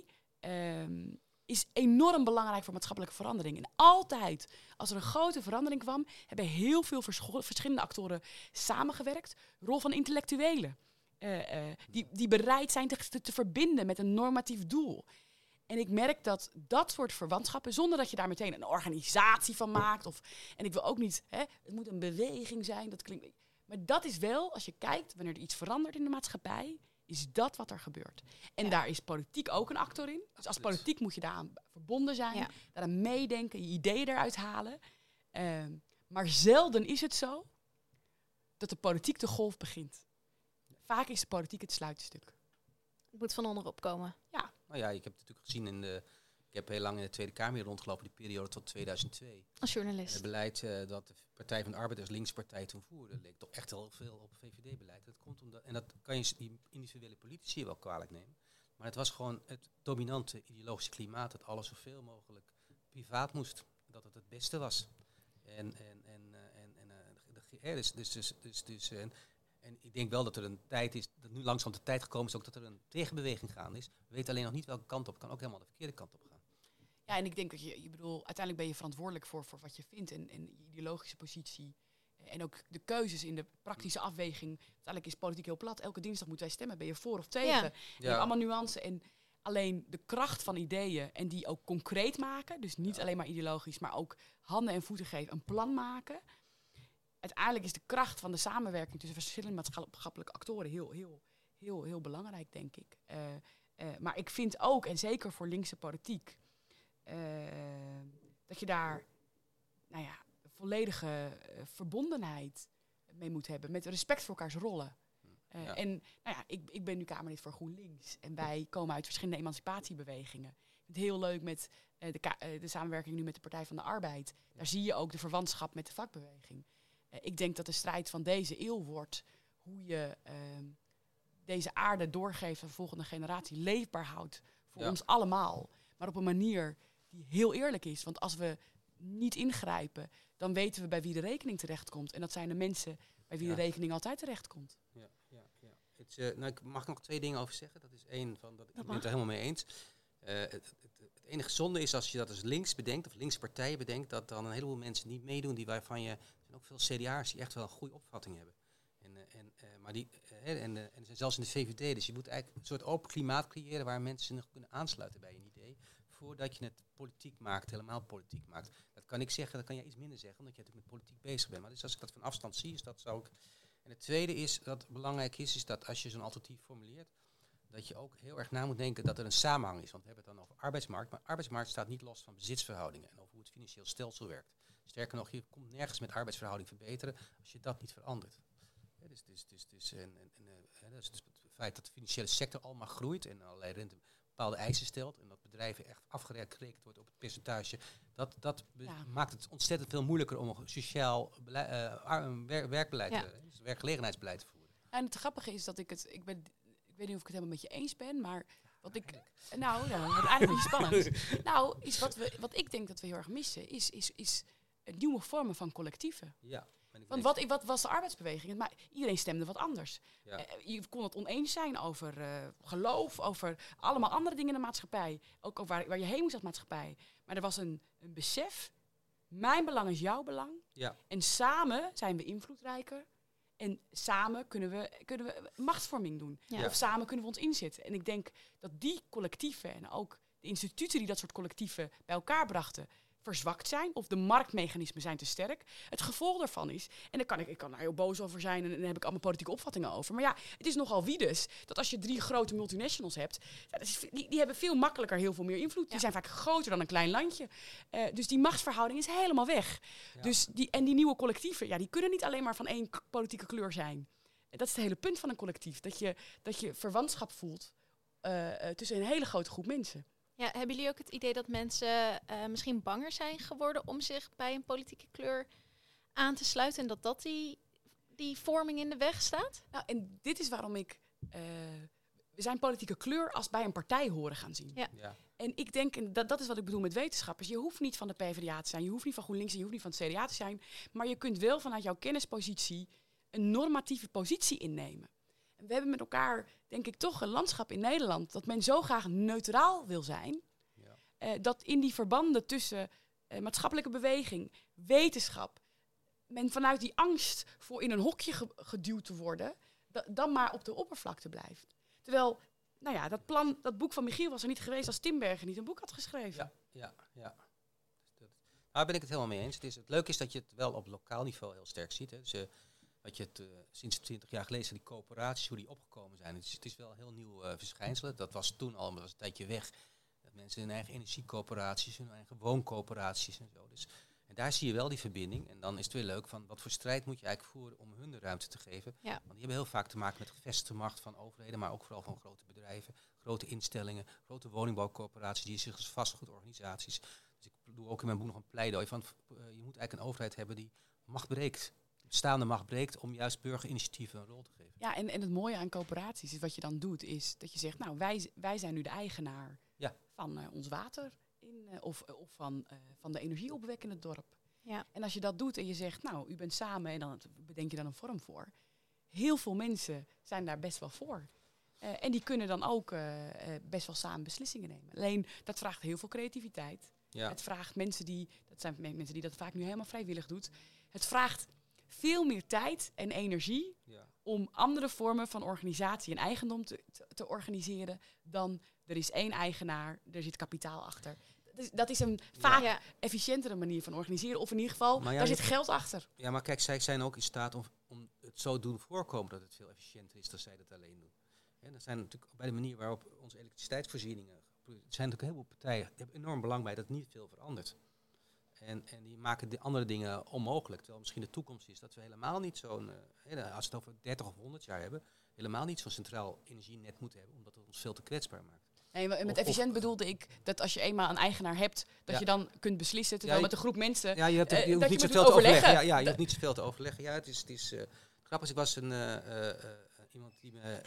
um, is enorm belangrijk voor maatschappelijke verandering. En altijd, als er een grote verandering kwam, hebben heel veel verscho- verschillende actoren samengewerkt. Rol van intellectuelen. Uh, uh, die, die bereid zijn te, te, te verbinden met een normatief doel. En ik merk dat dat soort verwantschappen, zonder dat je daar meteen een organisatie van maakt. Of, en ik wil ook niet, hè, het moet een beweging zijn. Dat klinkt, maar dat is wel, als je kijkt, wanneer er iets verandert in de maatschappij, is dat wat er gebeurt. En ja. daar is politiek ook een actor in. Dus als politiek moet je daaraan verbonden zijn, ja. daaraan meedenken, je ideeën eruit halen. Uh, maar zelden is het zo dat de politiek de golf begint. Vaak is de politiek het sluitstuk. Het moet van onderop komen. Ja. Nou ja, ik heb het natuurlijk gezien in de... Ik heb heel lang in de Tweede Kamer rondgelopen, die periode tot tweeduizend twee. Als journalist. En het beleid uh, dat de Partij van de Arbeid als linkspartij toen voerde, leek toch echt heel veel op V V D-beleid. Dat komt omdat, en dat kan je die individuele politici wel kwalijk nemen. Maar het was gewoon het dominante ideologische klimaat dat alles zoveel mogelijk privaat moest. Dat het het beste was. En, en, en, uh, en, en, uh, de, eh, dus, dus, dus, dus, dus, en, en ik denk wel dat er een tijd is, dat nu langzaam de tijd gekomen is ook dat er een tegenbeweging gaande is. We weten alleen nog niet welke kant op. Het kan ook helemaal de verkeerde kant op gaan. Ja, en ik denk dat je, je bedoel, uiteindelijk ben je verantwoordelijk voor, voor wat je vindt en, en je ideologische positie. En ook de keuzes in de praktische afweging. Uiteindelijk is politiek heel plat. Elke dinsdag moeten wij stemmen. Ben je voor of tegen? Ja. Je Ja. hebt allemaal nuances. En alleen de kracht van ideeën en die ook concreet maken. Dus niet Ja. alleen maar ideologisch, maar ook handen en voeten geven. Een plan maken. Uiteindelijk is de kracht van de samenwerking tussen verschillende maatschappelijke actoren heel, heel, heel, heel belangrijk, denk ik. Uh, uh, maar ik vind ook, en zeker voor linkse politiek, uh, dat je daar, nou ja, volledige uh, verbondenheid mee moet hebben. Met respect voor elkaars rollen. Uh, ja. En nou ja, ik, ik ben nu Kamerlid voor GroenLinks. En wij komen uit verschillende emancipatiebewegingen. Ik vind het heel leuk met uh, de, ka- uh, de samenwerking nu met de Partij van de Arbeid. Daar zie je ook de verwantschap met de vakbeweging. Uh, ik denk dat de strijd van deze eeuw wordt hoe je uh, deze aarde doorgeeft aan de volgende generatie, leefbaar houdt voor ja. ons allemaal. Maar op een manier die heel eerlijk is. Want als we niet ingrijpen, dan weten we bij wie de rekening terechtkomt. En dat zijn de mensen bij wie ja. de rekening altijd terechtkomt. Ja, ja, ja. Het, uh, nou, ik mag nog twee dingen over zeggen. Dat is één van, dat, dat ik ben het er helemaal mee eens. Uh, het, het, het enige zonde is als je dat als links bedenkt, of linkse partijen bedenkt, dat dan een heleboel mensen niet meedoen, die waarvan je, er zijn ook veel C D A'ers die echt wel een goede opvatting hebben. En, uh, en, uh, maar die, uh, en, uh, en zelfs in de V V D, dus je moet eigenlijk een soort open klimaat creëren waar mensen nog kunnen aansluiten bij een idee, voordat je het politiek maakt, helemaal politiek maakt. Dat kan ik zeggen, dat kan jij iets minder zeggen, omdat je natuurlijk met politiek bezig bent. Maar dus als ik dat van afstand zie, is dat zou ik. En het tweede is, dat belangrijk is, is dat als je zo'n alternatief formuleert, dat je ook heel erg na moet denken dat er een samenhang is. Want we hebben het dan over arbeidsmarkt, maar arbeidsmarkt staat niet los van bezitsverhoudingen en over hoe het financieel stelsel werkt. Sterker nog, je komt nergens met arbeidsverhouding verbeteren als je dat niet verandert. Ja, dus, dus, dus, dus, en, en, en, uh, dus het feit dat de financiële sector allemaal groeit en allerlei rente bepaalde eisen stelt en dat bedrijven echt afgerekend wordt op het percentage, dat, dat be- ja. maakt het ontzettend veel moeilijker om een sociaal beleid, uh, wer- werkbeleid, ja. uh, dus werkgelegenheidsbeleid te voeren. En het grappige is dat ik het, ik ben, ik weet niet of ik het helemaal met je eens ben, maar wat ik, nou, nou wordt eigenlijk een beetje spannend. Nou, is wat we, wat ik denk dat we heel erg missen, is, is, is nieuwe vormen van collectieven. Ja. Want wat, wat was de arbeidsbeweging? Maar iedereen stemde wat anders. Ja. Uh, je kon het oneens zijn over uh, geloof, over allemaal andere dingen in de maatschappij. Ook over waar, waar je heen moest als maatschappij. Maar er was een, een besef, mijn belang is jouw belang. Ja. En samen zijn we invloedrijker. En samen kunnen we, kunnen we machtsvorming doen. Ja. Of samen kunnen we ons inzetten. En ik denk dat die collectieven en ook de instituten die dat soort collectieven bij elkaar brachten, verzwakt zijn, of de marktmechanismen zijn te sterk. Het gevolg daarvan is, en daar kan ik, ik kan daar heel boos over zijn, en, en daar heb ik allemaal politieke opvattingen over, maar ja, het is nogal wiedes dat als je drie grote multinationals hebt, ja, dat is, die, die hebben veel makkelijker heel veel meer invloed. Ja. Die zijn vaak groter dan een klein landje. Uh, dus die machtsverhouding is helemaal weg. Ja. Dus die, en die nieuwe collectieven, ja, die kunnen niet alleen maar van één k- politieke kleur zijn. Dat is het hele punt van een collectief, dat je, dat je verwantschap voelt uh, uh, tussen een hele grote groep mensen. Ja, hebben jullie ook het idee dat mensen uh, misschien banger zijn geworden om zich bij een politieke kleur aan te sluiten en dat dat die, die vorming in de weg staat? Nou, en dit is waarom ik uh, we zijn politieke kleur als bij een partij horen gaan zien. Ja. Ja. En ik denk, en dat, dat is wat ik bedoel met wetenschappers, je hoeft niet van de P v d A te zijn, je hoeft niet van GroenLinks en je hoeft niet van het C D A te zijn, maar je kunt wel vanuit jouw kennispositie een normatieve positie innemen. En we hebben met elkaar, denk ik, toch een landschap in Nederland dat men zo graag neutraal wil zijn, ja. uh, dat in die verbanden tussen uh, maatschappelijke beweging, wetenschap, men vanuit die angst voor in een hokje ge- geduwd te worden, da- dan maar op de oppervlakte blijft. Terwijl, nou ja, dat plan, dat boek van Michiel was er niet geweest als Timbergen niet een boek had geschreven. Ja, ja, ja. Daar ben ik het helemaal mee eens. Het, is, het leuke is dat je het wel op lokaal niveau heel sterk ziet. Hè. Dus, uh, dat je het uh, sinds twintig jaar geleden, die coöperaties, hoe die opgekomen zijn. Het is, het is wel een heel nieuw uh, verschijnsel. Dat was toen al, maar was een tijdje weg. Dat mensen hun eigen energiecoöperaties, hun eigen wooncoöperaties en zo. Dus, en daar zie je wel die verbinding. En dan is het weer leuk van, wat voor strijd moet je eigenlijk voeren om hun de ruimte te geven. Ja. Want die hebben heel vaak te maken met gevestigde macht van overheden, maar ook vooral van grote bedrijven, grote instellingen, grote woningbouwcoöperaties, die zich als vastgoedorganisaties. Dus ik doe ook in mijn boek nog een pleidooi van, uh, je moet eigenlijk een overheid hebben die macht breekt. bestaande macht breekt om juist burgerinitiatieven een rol te geven. Ja, en, en het mooie aan coöperaties is wat je dan doet, is dat je zegt, nou, wij, wij zijn nu de eigenaar Ja. van uh, ons water in, uh, of, of van, uh, van de energieopwek in het dorp. Ja. En als je dat doet en je zegt, nou, u bent samen en dan bedenk je dan een vorm voor. Heel veel mensen zijn daar best wel voor. Uh, en die kunnen dan ook uh, uh, best wel samen beslissingen nemen. Alleen, dat vraagt heel veel creativiteit. Ja. Het vraagt mensen die, dat zijn mensen die dat vaak nu helemaal vrijwillig doet. Het vraagt veel meer tijd en energie Ja. om andere vormen van organisatie en eigendom te, te, te organiseren dan er is één eigenaar, er zit kapitaal achter. Dat is, dat is een vaak Ja. efficiëntere manier van organiseren. Of in ieder geval, Maar ja, daar je- zit geld achter. Ja, maar kijk, zij zijn ook in staat om, om het zo doen voorkomen dat het veel efficiënter is dan zij dat alleen doen. En dat zijn natuurlijk bij de manier waarop onze elektriciteitsvoorzieningen... Er zijn natuurlijk heel veel partijen die hebben enorm belang bij dat niet veel verandert. En, en die maken de andere dingen onmogelijk. Terwijl misschien de toekomst is dat we helemaal niet zo'n... Uh, als we het over dertig of honderd jaar hebben... helemaal niet zo'n centraal energienet moeten hebben. Omdat het ons veel te kwetsbaar maakt. Nee, met Of- efficiënt of- bedoelde ik dat als je eenmaal een eigenaar hebt, dat Ja. je dan kunt beslissen, terwijl Ja, je- met een groep mensen... Ja, je, hebt, Eh, je hoeft dat niet je moet zoveel te overleggen. overleggen. Ja, ja, je Da- hoeft niet zoveel te overleggen. Ja, het is, het is uh, grappig. is, Ik was een, uh, uh, uh, iemand die, me,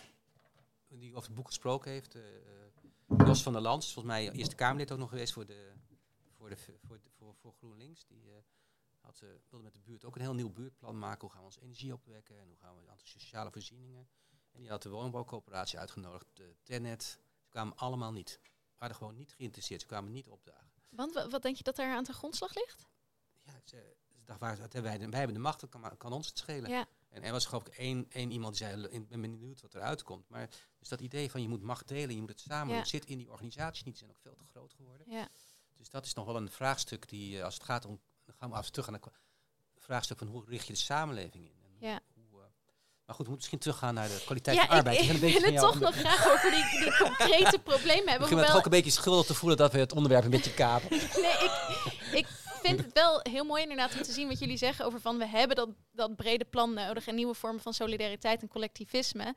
die over het boek gesproken heeft. Uh, uh, Jos van der Lans, volgens mij Eerste Kamerlid ook nog geweest voor, de, voor, de, voor, de, voor, voor GroenLinks. Die uh, had, uh, wilde met de buurt ook een heel nieuw buurtplan maken. Hoe gaan we onze energie opwekken en hoe gaan we aan de sociale voorzieningen. En die had de woonbouwcoöperatie uitgenodigd, de Tenet. Ze kwamen allemaal niet. Ze waren gewoon niet geïnteresseerd. Ze kwamen niet opdagen. Want wa- wat denk je dat daar aan ten grondslag ligt? Ja, ze, ze dacht, waar, wat hebben wij, wij hebben de macht, dat kan, kan ons het schelen. Ja. En er was geloof ik één, één iemand die zei, ik ben benieuwd wat eruit komt. Maar dus dat idee van je moet macht delen, je moet het samen Ja. doen, zit in die organisaties niet, die zijn ook veel te groot geworden. Ja. Dus dat is nog wel een vraagstuk die, uh, als het gaat om, dan gaan we af en terug aan het vraagstuk van hoe richt je de samenleving in. En Ja. hoe, uh, maar goed, we moeten misschien teruggaan naar de kwaliteit Ja, van arbeid. ik, is ik een beetje wil van het jou toch onder- nog graag over die, die concrete problemen hebben. Ik begin me toch Hoewel, ook een beetje schuldig te voelen dat we het onderwerp een beetje kapen. nee, ik, ik vind het wel heel mooi inderdaad om te zien wat jullie zeggen over van we hebben dat, dat brede plan nodig en nieuwe vormen van solidariteit en collectivisme.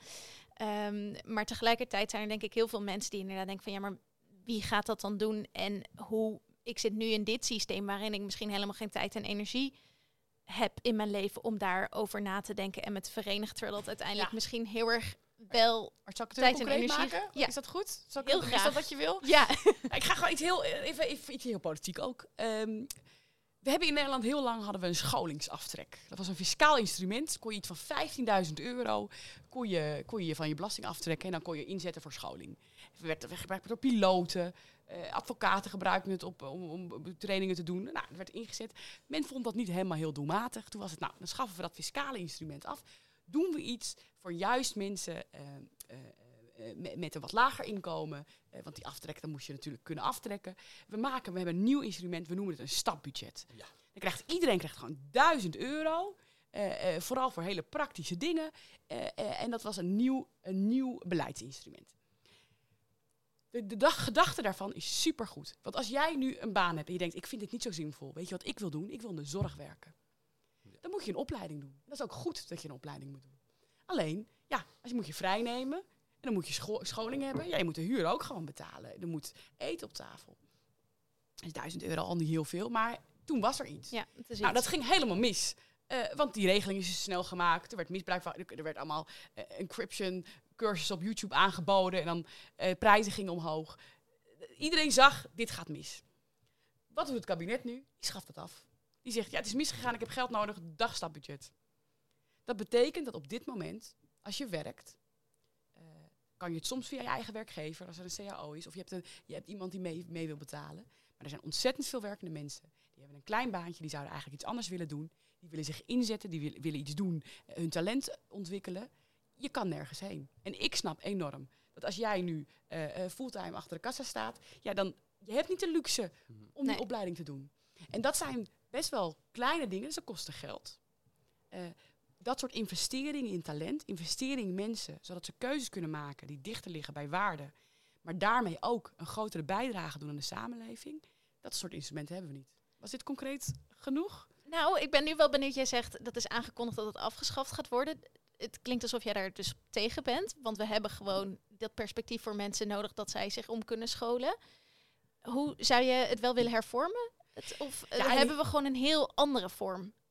Um, maar tegelijkertijd zijn er denk ik heel veel mensen die inderdaad denken van ja, maar wie gaat dat dan doen? En hoe, ik zit nu in dit systeem waarin ik misschien helemaal geen tijd en energie heb in mijn leven om daarover na te denken en me te verenigen. Terwijl dat uiteindelijk Ja. misschien heel erg wel... Maar zal ik het Tijd heel en concreet energie- maken? Ja. Is dat goed? Zal ik Heel Is graag. dat wat je wil? Ja, Ik ga gewoon iets heel, even, even iets heel politiek ook. Um, we hebben in Nederland heel lang hadden we een scholingsaftrek. Dat was een fiscaal instrument. Kon je iets van vijftienduizend euro kon je, kon je van je belasting aftrekken en dan kon je inzetten voor scholing. Het werd gebruikt door piloten, uh, advocaten gebruikten het op, om, om trainingen te doen. Nou, het werd ingezet. Men vond dat niet helemaal heel doelmatig. Toen was het, nou, dan schaffen we dat fiscale instrument af. Doen we iets voor juist mensen uh, uh, uh, met, met een wat lager inkomen. Uh, want die aftrek, dan moest je natuurlijk kunnen aftrekken. We maken, we hebben een nieuw instrument, we noemen het een stapbudget. Ja. Dan krijgt iedereen krijgt gewoon duizend euro. Uh, uh, vooral voor hele praktische dingen. Uh, uh, en dat was een nieuw, een nieuw beleidsinstrument. De, de dag, gedachte daarvan is supergoed. Want als jij nu een baan hebt en je denkt, ik vind dit niet zo zinvol. Weet je wat ik wil doen? Ik wil in de zorg werken. Ja. Dan moet je een opleiding doen. Dat is ook goed dat je een opleiding moet doen. Alleen, ja, als je moet je vrij nemen. En dan moet je scho- scholing hebben. Ja, je moet de huur ook gewoon betalen. Er moet eten op tafel. Dat is duizend euro al niet heel veel. Maar toen was er iets. ja, het is Nou, iets. dat ging helemaal mis. Uh, want die regeling is dus snel gemaakt. Er werd misbruik van. Er werd allemaal uh, encryption cursussen op YouTube aangeboden. En dan uh, prijzen gingen omhoog. Uh, iedereen zag, dit gaat mis. Wat doet het kabinet nu? Die schaft dat af. Die zegt, ja, het is misgegaan, ik heb geld nodig, dagstapbudget. Dat betekent dat op dit moment, als je werkt, uh, kan je het soms via je eigen werkgever, als er een C A O is, of je hebt, een, je hebt iemand die mee, mee wil betalen. Maar er zijn ontzettend veel werkende mensen. Die hebben een klein baantje, die zouden eigenlijk iets anders willen doen. Die willen zich inzetten, die wil, willen iets doen, uh, hun talent ontwikkelen. Je kan nergens heen. En ik snap enorm dat als jij nu uh, uh, fulltime achter de kassa staat, ja, dan je hebt niet de luxe om Nee. die opleiding te doen. En dat zijn best wel kleine dingen, dus dat kosten geld. Uh, dat soort investeringen in talent, investeringen in mensen, zodat ze keuzes kunnen maken die dichter liggen bij waarden, maar daarmee ook een grotere bijdrage doen aan de samenleving, dat soort instrumenten hebben we niet. Was dit concreet genoeg? Nou, ik ben nu wel benieuwd. Jij zegt dat is aangekondigd dat het afgeschaft gaat worden. Het klinkt alsof jij daar dus tegen bent. Want we hebben gewoon dat perspectief voor mensen nodig dat zij zich om kunnen scholen. Hoe zou je het wel willen hervormen? Het, of Ja, uh, en hebben we gewoon een heel andere vorm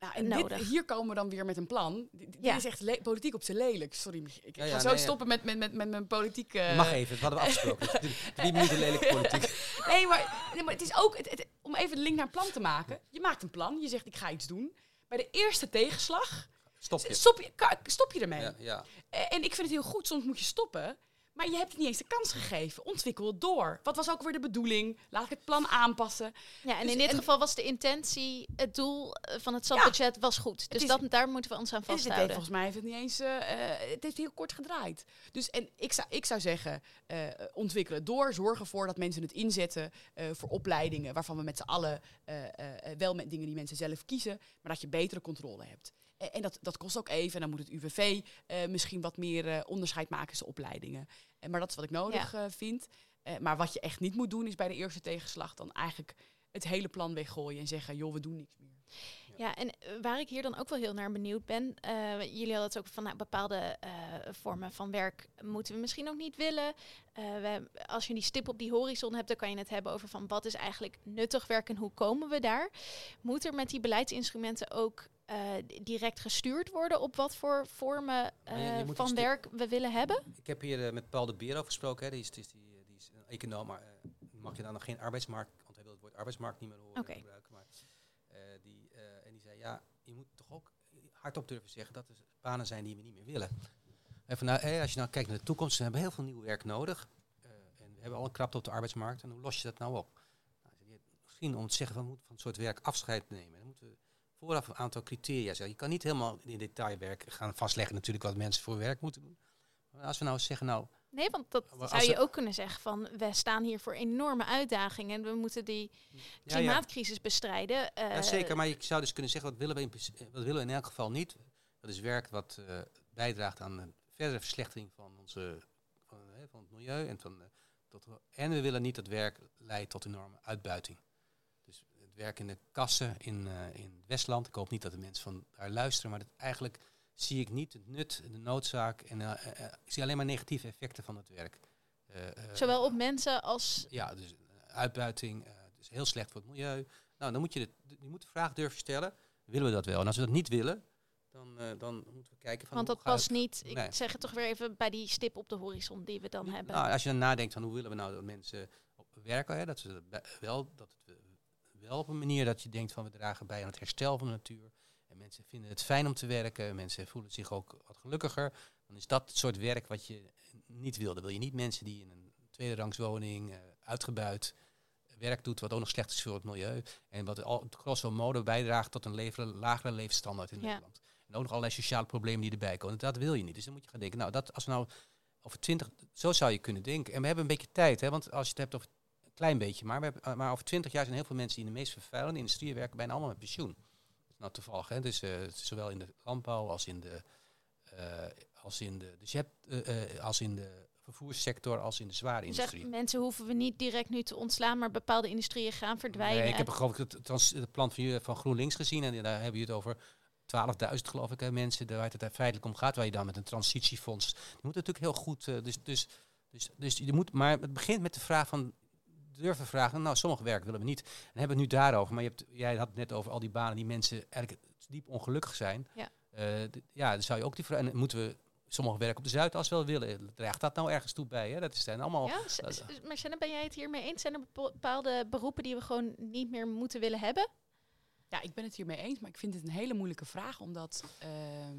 Nou, en nodig. dit, hier komen we dan weer met een plan. Dit Ja. is echt le- politiek op zijn lelijk. Sorry, ik, ik Ja, ga ja, zo nee, stoppen met, met, met, met mijn politiek... Je Uh... mag even, dat hadden we afgesproken. Drie minuten lelijke politiek. nee, maar, nee, maar het is ook... Het, het, om even de link naar een plan te maken. Je maakt een plan, je zegt ik ga iets doen. Bij de eerste tegenslag... Stop je. Stop je, ka- stop je ermee. Ja, ja. En ik vind het heel goed, soms moet je stoppen. Maar je hebt het niet eens de kans gegeven. Ontwikkel het door. Wat was ook weer de bedoeling? Laat ik het plan aanpassen. Ja, en Dus- in dit en- geval was de intentie, het doel eh, van het stadbudget was goed. Dus is- dat, daar moeten we ons aan En het heeft, vasthouden. volgens mij heeft het niet eens... eh, eh, het heeft heel kort gedraaid. Dus en ik zou, ik zou zeggen, eh ontwikkel het door. Zorg ervoor dat mensen het inzetten eh, voor opleidingen... waarvan we met z'n allen eh, eh, wel met dingen die mensen zelf kiezen... maar dat je betere controle hebt. En, en dat, dat kost ook even. En dan moet het U W V eh, misschien wat meer eh, onderscheid maken tussen opleidingen. En, maar dat is wat ik nodig eh, vind. Uh, maar wat je echt niet moet doen is bij de eerste tegenslag... dan eigenlijk het hele plan weggooien en zeggen... joh, we doen niks meer. Ja, en eh, waar ik hier dan ook wel heel naar benieuwd ben... eh, jullie hadden het ook van nou, bepaalde eh, vormen van werk moeten we misschien ook niet willen. Uh, we, als je die stip op die horizon hebt, dan kan je het hebben over van wat is eigenlijk nuttig werk en hoe komen we daar. Moet er met die beleidsinstrumenten ook uh, direct gestuurd worden op wat voor vormen uh, Ja, je- je moet van die stip- werk we willen hebben? Ik heb hier uh, met Paul de Beer over gesproken. Hè. Die, is, die, is, die, die is een econoom, maar uh, mag je dan nog geen arbeidsmarkt... want hij wil het woord arbeidsmarkt niet meer horen Oké. gebruiken. Maar, uh, die, uh, en die zei, ja, je moet toch ook hardop durven zeggen... dat er banen zijn die we niet meer willen. En van, nou, hey, als je nou kijkt naar de toekomst... we hebben heel veel nieuw werk nodig. Uh, en we hebben al een krapte op de arbeidsmarkt. En hoe los je dat nou op? Nou, misschien om te zeggen, van, we moeten van het soort werk afscheid nemen. Dan moeten we vooraf een aantal criteria zeggen. Je kan niet helemaal in detailwerk gaan vastleggen... natuurlijk wat mensen voor werk moeten doen. Maar als we nou zeggen, nou... Nee, want dat Maar zou als je er- ook kunnen zeggen van... we staan hier voor enorme uitdagingen... en we moeten die Ja, ja. klimaatcrisis bestrijden. Uh, Ja, zeker, maar je zou dus kunnen zeggen, wat willen we in, principe- wat willen we in elk geval niet? Dat is werk wat uh, bijdraagt aan een verdere verslechtering van, onze, van, uh, van het milieu. En, van, uh, tot, en we willen niet dat werk leidt tot enorme uitbuiting. Dus het werk in de kassen in, uh, in het Westland, ik hoop niet dat de mensen van daar luisteren, maar dat eigenlijk zie ik niet het nut, de noodzaak en uh, uh, ik zie alleen maar negatieve effecten van het werk. Uh, uh, Zowel op mensen als... Ja, dus uh, uitbuiting, uh, dus heel slecht voor het milieu. Nou, dan moet je, de, je moet de vraag durven stellen, willen we dat wel? En als we dat niet willen, dan, uh, dan moeten we kijken van... Want hoe dat gaat past het- niet, ik Nee. zeg het toch weer even, bij die stip op de horizon die we dan Niet- hebben. Nou, als je dan nadenkt van hoe willen we nou dat mensen op werken, hè, dat ze dat bij- wel, dat het uh, wel op een manier dat je denkt van we dragen bij aan het herstel van de natuur. En mensen vinden het fijn om te werken, mensen voelen zich ook wat gelukkiger. Dan is dat het soort werk wat je niet wil. Dan wil je niet mensen die in een tweederangswoning uh, uitgebuit werk doet, wat ook nog slecht is voor het milieu. En wat al grosso modo bijdraagt tot een levere, lagere levensstandaard in Ja. Nederland. En ook nog allerlei sociale problemen die erbij komen. Dat wil je niet. Dus dan moet je gaan denken, nou, dat als we nou over twintig, zo zou je kunnen denken. En we hebben een beetje tijd, hè, want als je het hebt over een klein beetje, maar, we hebben, maar over twintig jaar zijn heel veel mensen die in de meest vervuilende industrieën werken, bijna allemaal met pensioen. Dat is nou toevallig, hè. Dus uh, zowel in de landbouw als in de, uh, als in de, dus je hebt, uh, uh, als in de vervoerssector, als in de zware Je industrie. zegt, mensen hoeven we niet direct nu te ontslaan, maar bepaalde industrieën gaan verdwijnen. Nee, ik heb geloof ik het, trans- het plan van, je- van GroenLinks gezien en daar hebben je het over twaalfduizend geloof ik hè, mensen waar het er feitelijk om gaat, waar je dan met een transitiefonds. Die moet natuurlijk heel goed, uh, dus, dus, dus, dus je moet, maar het begint met de vraag van durven vragen. Nou, sommige werk willen we niet. En hebben we het nu daarover, maar je hebt, jij had het net over al die banen die mensen eigenlijk diep ongelukkig zijn. Ja. Uh, d- ja, dan zou je ook die vraag. En moeten we sommige werk op de Zuidas wel willen? Draagt dat nou ergens toe bij? Hè? Dat is zijn allemaal. Ja, s- s- maar Shannon, ben jij het hiermee eens? Zijn er bepaalde beroepen die we gewoon niet meer moeten willen hebben? Ja, ik ben het hiermee eens, maar ik vind het een hele moeilijke vraag, omdat... ehm,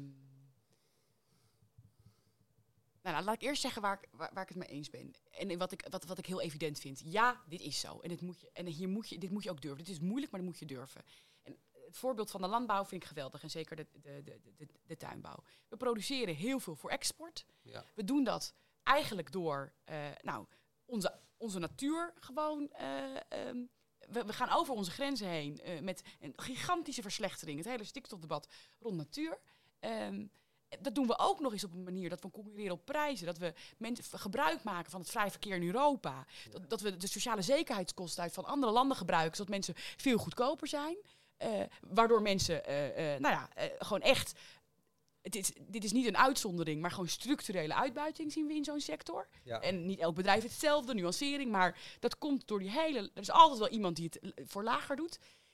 Nou, nou, laat ik eerst zeggen waar ik, waar, waar ik het mee eens ben. En wat ik, wat, wat ik heel evident vind. Ja, dit is zo. En, dit moet je, en hier moet je, dit moet je ook durven. Dit is moeilijk, maar dat moet je durven. En het voorbeeld van de landbouw vind ik geweldig. En zeker de, de, de, de, de tuinbouw. We produceren heel veel voor export. Ja. We doen dat eigenlijk door uh, nou, onze, onze natuur gewoon... Uh, um, we, we gaan over onze grenzen heen uh, met een gigantische verslechtering. Het hele stikstofdebat rond natuur. Um, Dat doen we ook nog eens op een manier dat we concurreren op prijzen. Dat we mensen gebruik maken van het vrij verkeer in Europa. Ja. Dat, dat we de sociale zekerheidskosten uit van andere landen gebruiken, zodat mensen veel goedkoper zijn. Uh, waardoor mensen, uh, uh, nou ja, uh, gewoon echt... Het is, dit is niet een uitzondering, maar gewoon structurele uitbuiting zien we in zo'n sector. Ja. En niet elk bedrijf hetzelfde, nuancering. Maar dat komt door die hele... Er is altijd wel iemand die het voor lager doet.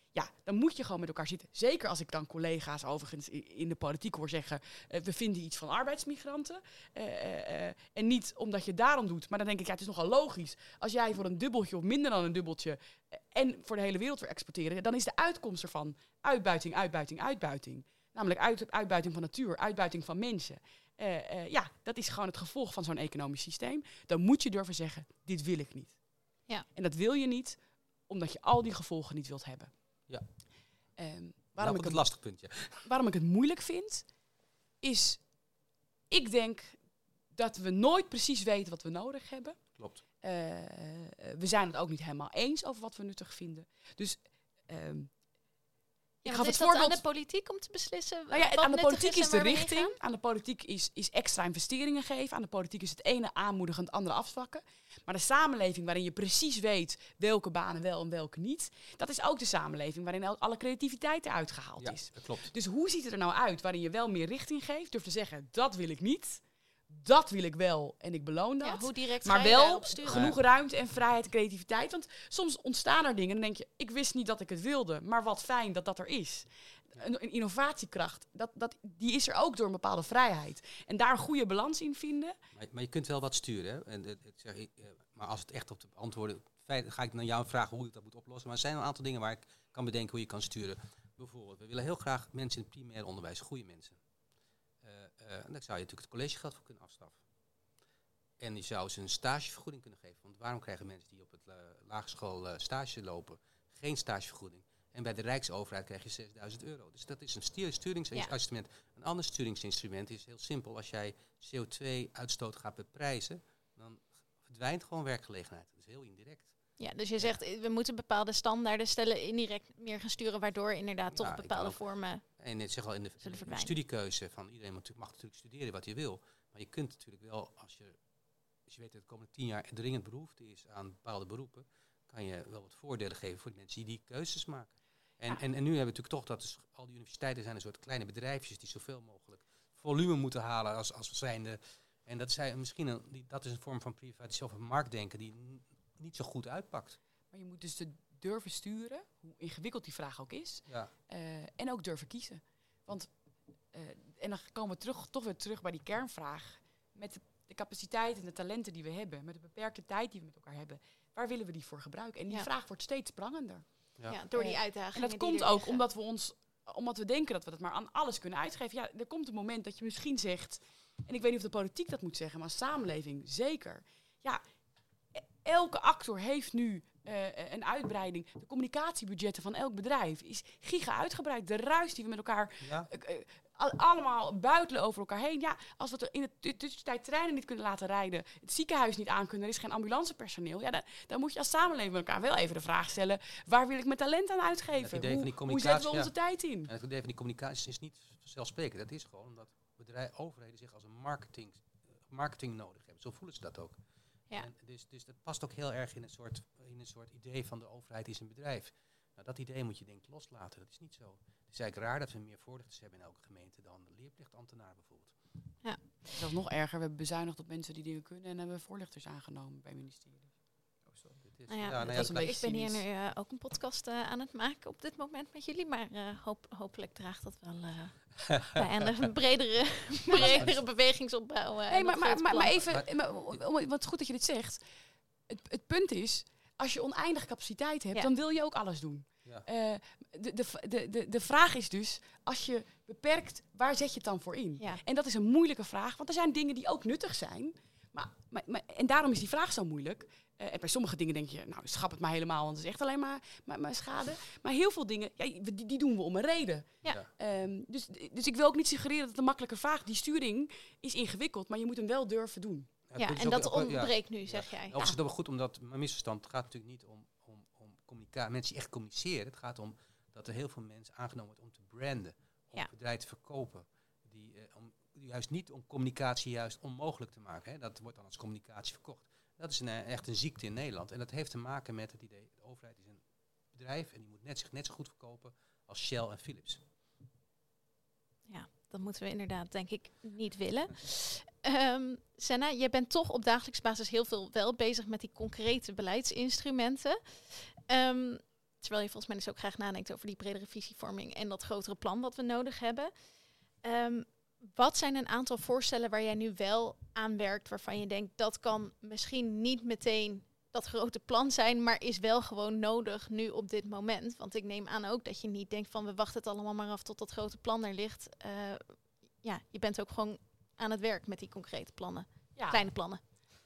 Ja, dan moet je gewoon met elkaar zitten. Zeker als ik dan collega's overigens in de politiek hoor zeggen, Uh, we vinden iets van arbeidsmigranten. Uh, uh, uh, en niet omdat je het daarom doet. Maar dan denk ik, ja, het is nogal logisch. Als jij voor een dubbeltje of minder dan een dubbeltje uh, en voor de hele wereld wil exporteren, dan is de uitkomst ervan uitbuiting, uitbuiting, uitbuiting. Namelijk uit, uitbuiting van natuur, uitbuiting van mensen. Uh, uh, ja, dat is gewoon het gevolg van zo'n economisch systeem. Dan moet je durven zeggen, dit wil ik niet. Ja. En dat wil je niet, omdat je al die gevolgen niet wilt hebben. Ja. Um, Waarom ik het lastig puntje. Waarom ik het moeilijk vind, is, ik denk dat we nooit precies weten wat we nodig hebben. Klopt. Uh, we zijn het ook niet helemaal eens over wat we nuttig vinden. Dus um, ja, ik gaf is het dat voorbeeld aan de politiek om te beslissen? Nou ja, wat aan de nuttig politiek is, is de en waar we richting. heen gaan? Aan de politiek is, is extra investeringen geven. Aan de politiek is het ene aanmoedigen, het andere afzwakken. Maar de samenleving waarin je precies weet welke banen wel en welke niet, dat is ook de samenleving waarin alle creativiteit eruit gehaald Ja, is. dat klopt. Dus hoe ziet het er nou uit waarin je wel meer richting geeft? Durf te zeggen, dat wil ik niet. Dat wil ik wel en ik beloon dat. Ja, hoe direct maar ga je wel daarop sturen? genoeg ruimte en vrijheid en creativiteit. Want soms ontstaan er dingen en dan denk je, ik wist niet dat ik het wilde. Maar wat fijn dat dat er is. Een, een innovatiekracht, dat, dat, die is er ook door een bepaalde vrijheid. En daar een goede balans in vinden. Maar, maar je kunt wel wat sturen. Hè? En, het, het zeg ik, uh, maar als het echt op te beantwoorden, feit, ga ik naar jou vragen hoe ik dat moet oplossen. Maar er zijn een aantal dingen waar ik kan bedenken hoe je kan sturen. Bijvoorbeeld, we willen heel graag mensen in het primair onderwijs, goede mensen. Uh, uh, en daar zou je natuurlijk het collegegeld voor kunnen afstraffen. En je zou ze een stagevergoeding kunnen geven. Want waarom krijgen mensen die op het uh, lagere school uh, stage lopen geen stagevergoeding? En bij de Rijksoverheid krijg je zesduizend euro. Dus dat is een sturingsinstrument. Ja. Een ander sturingsinstrument is heel simpel. Als jij C O twee uitstoot gaat beprijzen, dan verdwijnt gewoon werkgelegenheid. Dat is heel indirect. Ja, dus je zegt, we moeten bepaalde standaarden stellen, indirect meer gaan sturen, waardoor inderdaad toch ja, bepaalde ook, vormen. En het zeg al in de, in de studiekeuze van iedereen mag, mag natuurlijk studeren wat je wil. Maar je kunt natuurlijk wel, als je, als je weet dat de komende tien jaar dringend behoefte is aan bepaalde beroepen, kan je wel wat voordelen geven voor de mensen die die keuzes maken. En, ja. en, en nu hebben we natuurlijk toch dat dus al die universiteiten zijn een soort kleine bedrijfjes die zoveel mogelijk volume moeten halen als, als zijnde. En dat, zijn misschien een, die, dat is een vorm van privatisatie of een marktdenken die n- niet zo goed uitpakt. Maar je moet dus de durven sturen, hoe ingewikkeld die vraag ook is. Ja. Uh, en ook durven kiezen. Want, uh, en dan komen we terug, toch weer terug bij die kernvraag. Met de, de capaciteit en de talenten die we hebben, met de beperkte tijd die we met elkaar hebben, waar willen we die voor gebruiken? En die ja. vraag wordt steeds prangender. Ja. ja, door die uitdagingen. En dat komt ook liggen. omdat we ons, omdat we denken dat we dat maar aan alles kunnen uitgeven. Ja, er komt een moment dat je misschien zegt, en ik weet niet of de politiek dat moet zeggen, maar samenleving zeker. Ja, elke actor heeft nu uh, een uitbreiding. De communicatiebudgetten van elk bedrijf is giga uitgebreid. De ruis die we met elkaar ja. uh, uh, al, allemaal buitelen over elkaar heen. Ja, als we in de tussentijd treinen niet kunnen laten rijden, het ziekenhuis niet aan kunnen, er is geen ambulancepersoneel. Ja, dan, dan moet je als samenleving met elkaar wel even de vraag stellen, waar wil ik mijn talent aan uitgeven? Ja, hoe, hoe zetten we onze ja. tijd in? En het idee van die communicatie is niet vanzelfsprekend. Dat is gewoon omdat bedrijven, overheden zich als een marketing, uh, marketing nodig hebben. Zo voelen ze dat ook. Ja. En dus, dus dat past ook heel erg in een soort, in een soort idee van de overheid is een bedrijf. Nou, dat idee moet je denk ik loslaten. Dat is niet zo. Het is eigenlijk raar dat we meer voorlichters hebben in elke gemeente dan de leerplichtambtenaar bijvoorbeeld. Ja. Zelfs nog erger, we hebben bezuinigd op mensen die dingen kunnen en hebben we voorlichters aangenomen bij ministeries. Oh, zo. Dit is, nou ja, ja, nou ja, ja, ik ben hier nu uh, ook een podcast uh, aan het maken op dit moment met jullie, maar uh, hoop, hopelijk draagt dat wel uh, bij aan een bredere, bredere bewegingsopbouw. Uh, nee, maar, maar, maar, maar even, maar, wat het goed dat je dit zegt. Het, het punt is, als je oneindige capaciteit hebt, ja. dan wil je ook alles doen. Ja. Uh, de, de, de, de, de vraag is dus, als je beperkt, waar zet je het dan voor in? Ja. En dat is een moeilijke vraag, want er zijn dingen die ook nuttig zijn. Maar, maar, maar, en daarom is die vraag zo moeilijk. Uh, en bij sommige dingen denk je, nou schap het maar helemaal, want het is echt alleen maar, maar, maar schade. Maar heel veel dingen, ja, die, die doen we om een reden. Ja. Um, dus, dus ik wil ook niet suggereren dat het een makkelijke vraag. Die sturing is ingewikkeld, maar je moet hem wel durven doen. Ja, ja en dat ontbreekt ja. nu, zeg ja. jij. Of is het wel goed, omdat mijn misverstand gaat natuurlijk niet om, om, om communicatie, mensen die echt communiceren. Het gaat om dat er heel veel mensen aangenomen worden om te branden, om ja. bedrijven te verkopen. Die, uh, om, juist niet om communicatie juist onmogelijk te maken. Hè. Dat wordt dan als communicatie verkocht. Dat is een, echt een ziekte in Nederland. En dat heeft te maken met het idee, de overheid is een bedrijf en die moet net zich net zo goed verkopen als Shell en Philips. Ja, dat moeten we inderdaad denk ik niet willen. Um, Senna, jij bent toch op dagelijks basis heel veel wel bezig met die concrete beleidsinstrumenten. Um, terwijl je volgens mij dus ook graag nadenkt over die bredere visievorming en dat grotere plan wat we nodig hebben. Um, wat zijn een aantal voorstellen waar jij nu wel aan werkt, waarvan je denkt dat kan misschien niet meteen dat grote plan zijn, maar is wel gewoon nodig nu op dit moment? Want ik neem aan ook dat je niet denkt van we wachten het allemaal maar af tot dat grote plan er ligt. Uh, ja, je bent ook gewoon aan het werk met die concrete plannen, ja. kleine plannen.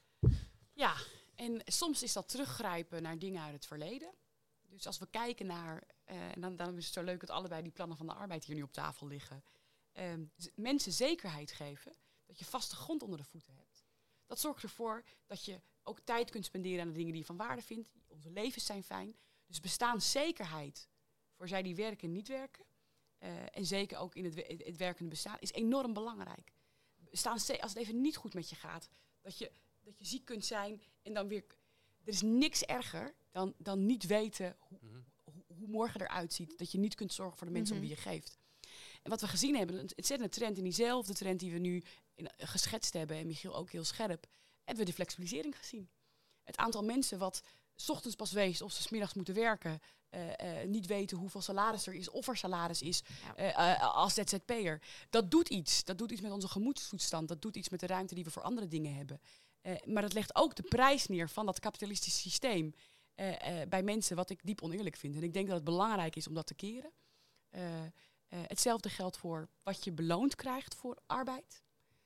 Ja, en soms is dat teruggrijpen naar dingen uit het verleden. Dus als we kijken naar, uh, en dan, dan is het zo leuk dat allebei die plannen van de arbeid hier nu op tafel liggen. Uh, z- mensen zekerheid geven, dat je vaste grond onder de voeten hebt. Dat zorgt ervoor dat je ook tijd kunt spenderen aan de dingen die je van waarde vindt. Onze levens zijn fijn. Dus bestaanszekerheid voor zij die werken en niet werken. Uh, en zeker ook in het, we- het werkende bestaan is enorm belangrijk. Bestaansze- als het even niet goed met je gaat, dat je, dat je ziek kunt zijn en dan weer... Er is niks erger dan, dan niet weten hoe, Mm-hmm. hoe, hoe morgen eruit ziet. Dat je niet kunt zorgen voor de mensen Mm-hmm. om wie je geeft. En wat we gezien hebben, een ontzettende trend in diezelfde trend die we nu in, uh, geschetst hebben, en Michiel ook heel scherp, hebben we de flexibilisering gezien. Het aantal mensen wat 's ochtends pas weet of ze 's middags moeten werken, uh, uh, niet weten hoeveel salaris er is, of er salaris is, Ja. uh, uh, als Z Z P'er. Dat doet iets. Dat doet iets met onze gemoedstoestand. Dat doet iets met de ruimte die we voor andere dingen hebben. Uh, maar dat legt ook de prijs neer van dat kapitalistische systeem uh, uh, bij mensen, wat ik diep oneerlijk vind. En ik denk dat het belangrijk is om dat te keren. Uh, uh, hetzelfde geldt voor wat je beloond krijgt voor arbeid.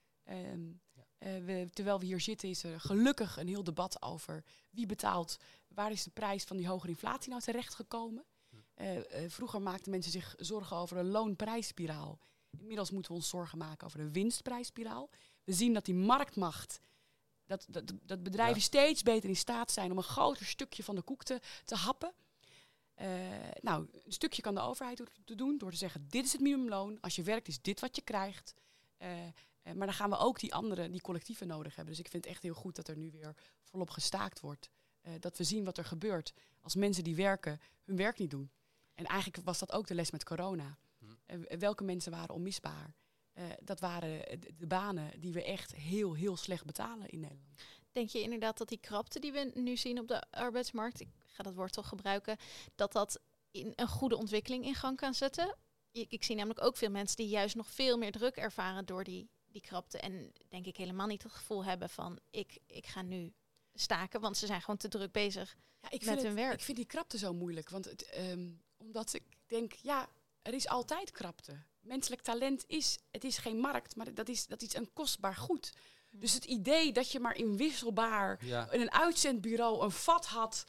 Um, Ja. uh, we, terwijl we hier zitten is er gelukkig een heel debat over wie betaalt, waar is de prijs van die hogere inflatie nou terechtgekomen. Uh, uh, vroeger maakten mensen zich zorgen over een loonprijsspiraal. Inmiddels moeten we ons zorgen maken over een winstprijsspiraal. We zien dat die marktmacht, dat, dat, dat bedrijven Ja. steeds beter in staat zijn om een groter stukje van de koek te, te happen. Uh, nou, een stukje kan de overheid door te doen door te zeggen, dit is het minimumloon. Als je werkt is dit wat je krijgt. Uh, uh, maar dan gaan we ook die andere, die collectieven nodig hebben. Dus ik vind het echt heel goed dat er nu weer volop gestaakt wordt. Uh, dat we zien wat er gebeurt als mensen die werken hun werk niet doen. En eigenlijk was dat ook de les met corona. Uh, welke mensen waren onmisbaar? Uh, dat waren de, de banen die we echt heel, heel slecht betalen in Nederland. Denk je inderdaad dat die krapte die we nu zien op de arbeidsmarkt, ik ga dat woord toch gebruiken, dat dat in een goede ontwikkeling in gang kan zetten? Ik, ik zie namelijk ook veel mensen die juist nog veel meer druk ervaren door die, die krapte. En denk ik helemaal niet het gevoel hebben van ik, ik ga nu staken, want ze zijn gewoon te druk bezig ja, ik met vind hun het, werk. Ik vind die krapte zo moeilijk. Want het, um, omdat ik denk, ja, er is altijd krapte. Menselijk talent is, het is geen markt, maar dat is, dat is een kostbaar goed. Dus het idee dat je maar inwisselbaar Ja. in een uitzendbureau een vat had,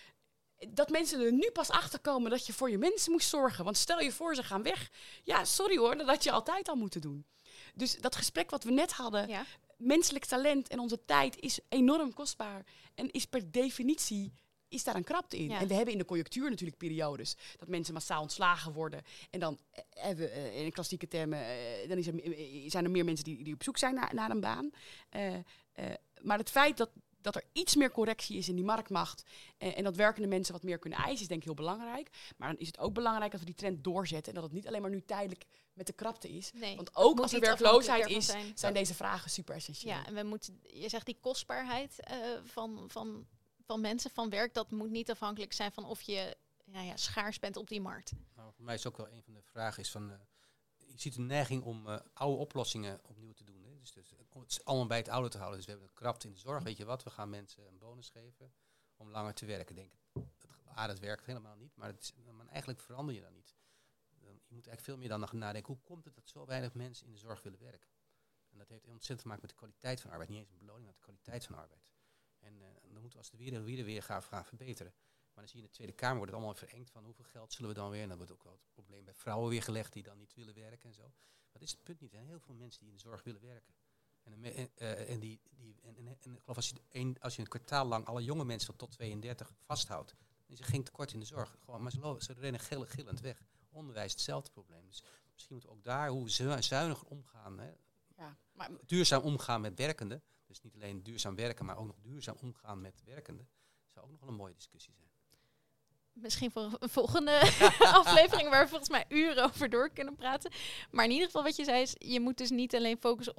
dat mensen er nu pas achter komen dat je voor je mensen moest zorgen. Want stel je voor, ze gaan weg. Ja, sorry hoor, dat had je altijd al moeten doen. Dus dat gesprek wat we net hadden, Ja. menselijk talent en onze tijd is enorm kostbaar. En is per definitie, is daar een krapte in. Ja. En we hebben in de conjunctuur natuurlijk periodes dat mensen massaal ontslagen worden. En dan eh, hebben we uh, in klassieke termen, uh, dan is er, uh, zijn er meer mensen die, die op zoek zijn naar, naar een baan. Uh, uh, maar het feit dat, dat er iets meer correctie is in die marktmacht uh, en dat werkende mensen wat meer kunnen eisen, is denk ik heel belangrijk. Maar dan is het ook belangrijk dat we die trend doorzetten en dat het niet alleen maar nu tijdelijk met de krapte is. Nee, Want ook moet als er niet werkloosheid afhankelijk is, ervan zijn, zijn. deze vragen super essentieel. Ja, en we moeten, je zegt die kostbaarheid uh, van, van, van mensen, van werk, dat moet niet afhankelijk zijn van of je nou ja, schaars bent op die markt. Nou, voor mij is ook wel een van de vragen is van, uh, je ziet een neiging om uh, oude oplossingen opnieuw te doen. Hè? Dus, dus het is allemaal bij het oude te houden. Dus we hebben een krapte in de zorg, weet je wat, we gaan mensen een bonus geven om langer te werken. Denk, dat, ah, dat werkt helemaal niet, maar, het is, maar eigenlijk verander je dan niet. Dan, je moet eigenlijk veel meer dan nog nadenken, hoe komt het dat zo weinig mensen in de zorg willen werken? En dat heeft ontzettend te maken met de kwaliteit van arbeid. Niet eens een beloning, maar de kwaliteit van arbeid. En uh, dan moeten we als de weer, weer, weer gaan, gaan verbeteren. Maar dan zie je in de Tweede Kamer wordt het allemaal verengd van hoeveel geld zullen we dan weer. En dan wordt ook wel het probleem bij vrouwen weer gelegd die dan niet willen werken en zo. Maar dat is het punt niet. Er zijn heel veel mensen die in de zorg willen werken. En, en, uh, en, die, die, en, en, en ik geloof als je, een, als je een kwartaal lang alle jonge mensen tot tweeëndertig vasthoudt, dan is er geen tekort in de zorg. Gewoon, maar ze, lopen, ze rennen gillend, gillend weg. Onderwijs hetzelfde probleem. Dus misschien moeten we ook daar hoe zu- zuiniger omgaan. Hè. Ja, maar Duurzaam omgaan met werkenden. Dus niet alleen duurzaam werken, maar ook nog duurzaam omgaan met werkenden. Zou ook nog wel een mooie discussie zijn. Misschien voor een volgende aflevering waar we volgens mij uren over door kunnen praten. Maar in ieder geval wat je zei is, je moet dus niet alleen focussen op,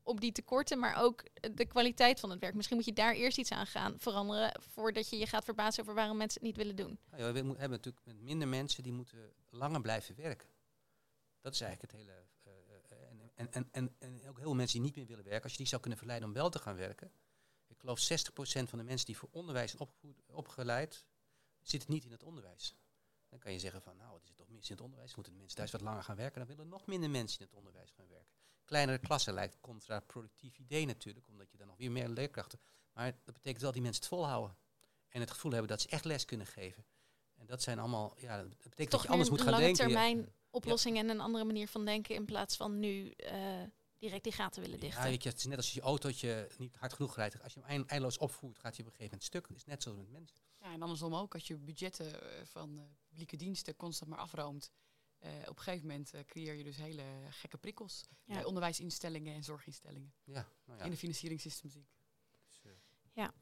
op die tekorten, maar ook de kwaliteit van het werk. Misschien moet je daar eerst iets aan gaan veranderen voordat je je gaat verbazen over waarom mensen het niet willen doen. Nou ja, we hebben natuurlijk met minder mensen die moeten langer blijven werken. Dat is eigenlijk het hele... Uh, en, en, en, en, en ook heel veel mensen die niet meer willen werken, als je die zou kunnen verleiden om wel te gaan werken. Ik geloof zestig procent van de mensen die voor onderwijs zijn opgevoed, opgeleid, zitten niet in het onderwijs. Dan kan je zeggen van, nou, het is toch mis in het onderwijs. Moeten de mensen thuis wat langer gaan werken, dan willen nog minder mensen in het onderwijs gaan werken. Kleinere klassen lijkt contraproductief idee natuurlijk, omdat je dan nog weer meer leerkrachten... Maar dat betekent wel dat die mensen het volhouden. En het gevoel hebben dat ze echt les kunnen geven. En dat zijn allemaal, ja, dat betekent Toch dat je anders moet gaan denken. Toch een lange termijn oplossing ja. en een andere manier van denken in plaats van nu uh, direct die gaten willen dichten. Ja, weet je, het is net als je autootje niet hard genoeg rijdt. Als je hem eind, eindeloos opvoert, gaat je op een gegeven moment stuk. Het is net zoals met mensen. Ja, en andersom ook, als je budgetten van uh, publieke diensten constant maar afroomt. Uh, op een gegeven moment uh, creëer je dus hele gekke prikkels ja. bij onderwijsinstellingen en zorginstellingen. Ja, nou ja. In de financieringssysteematiek. Dus, uh. Ja.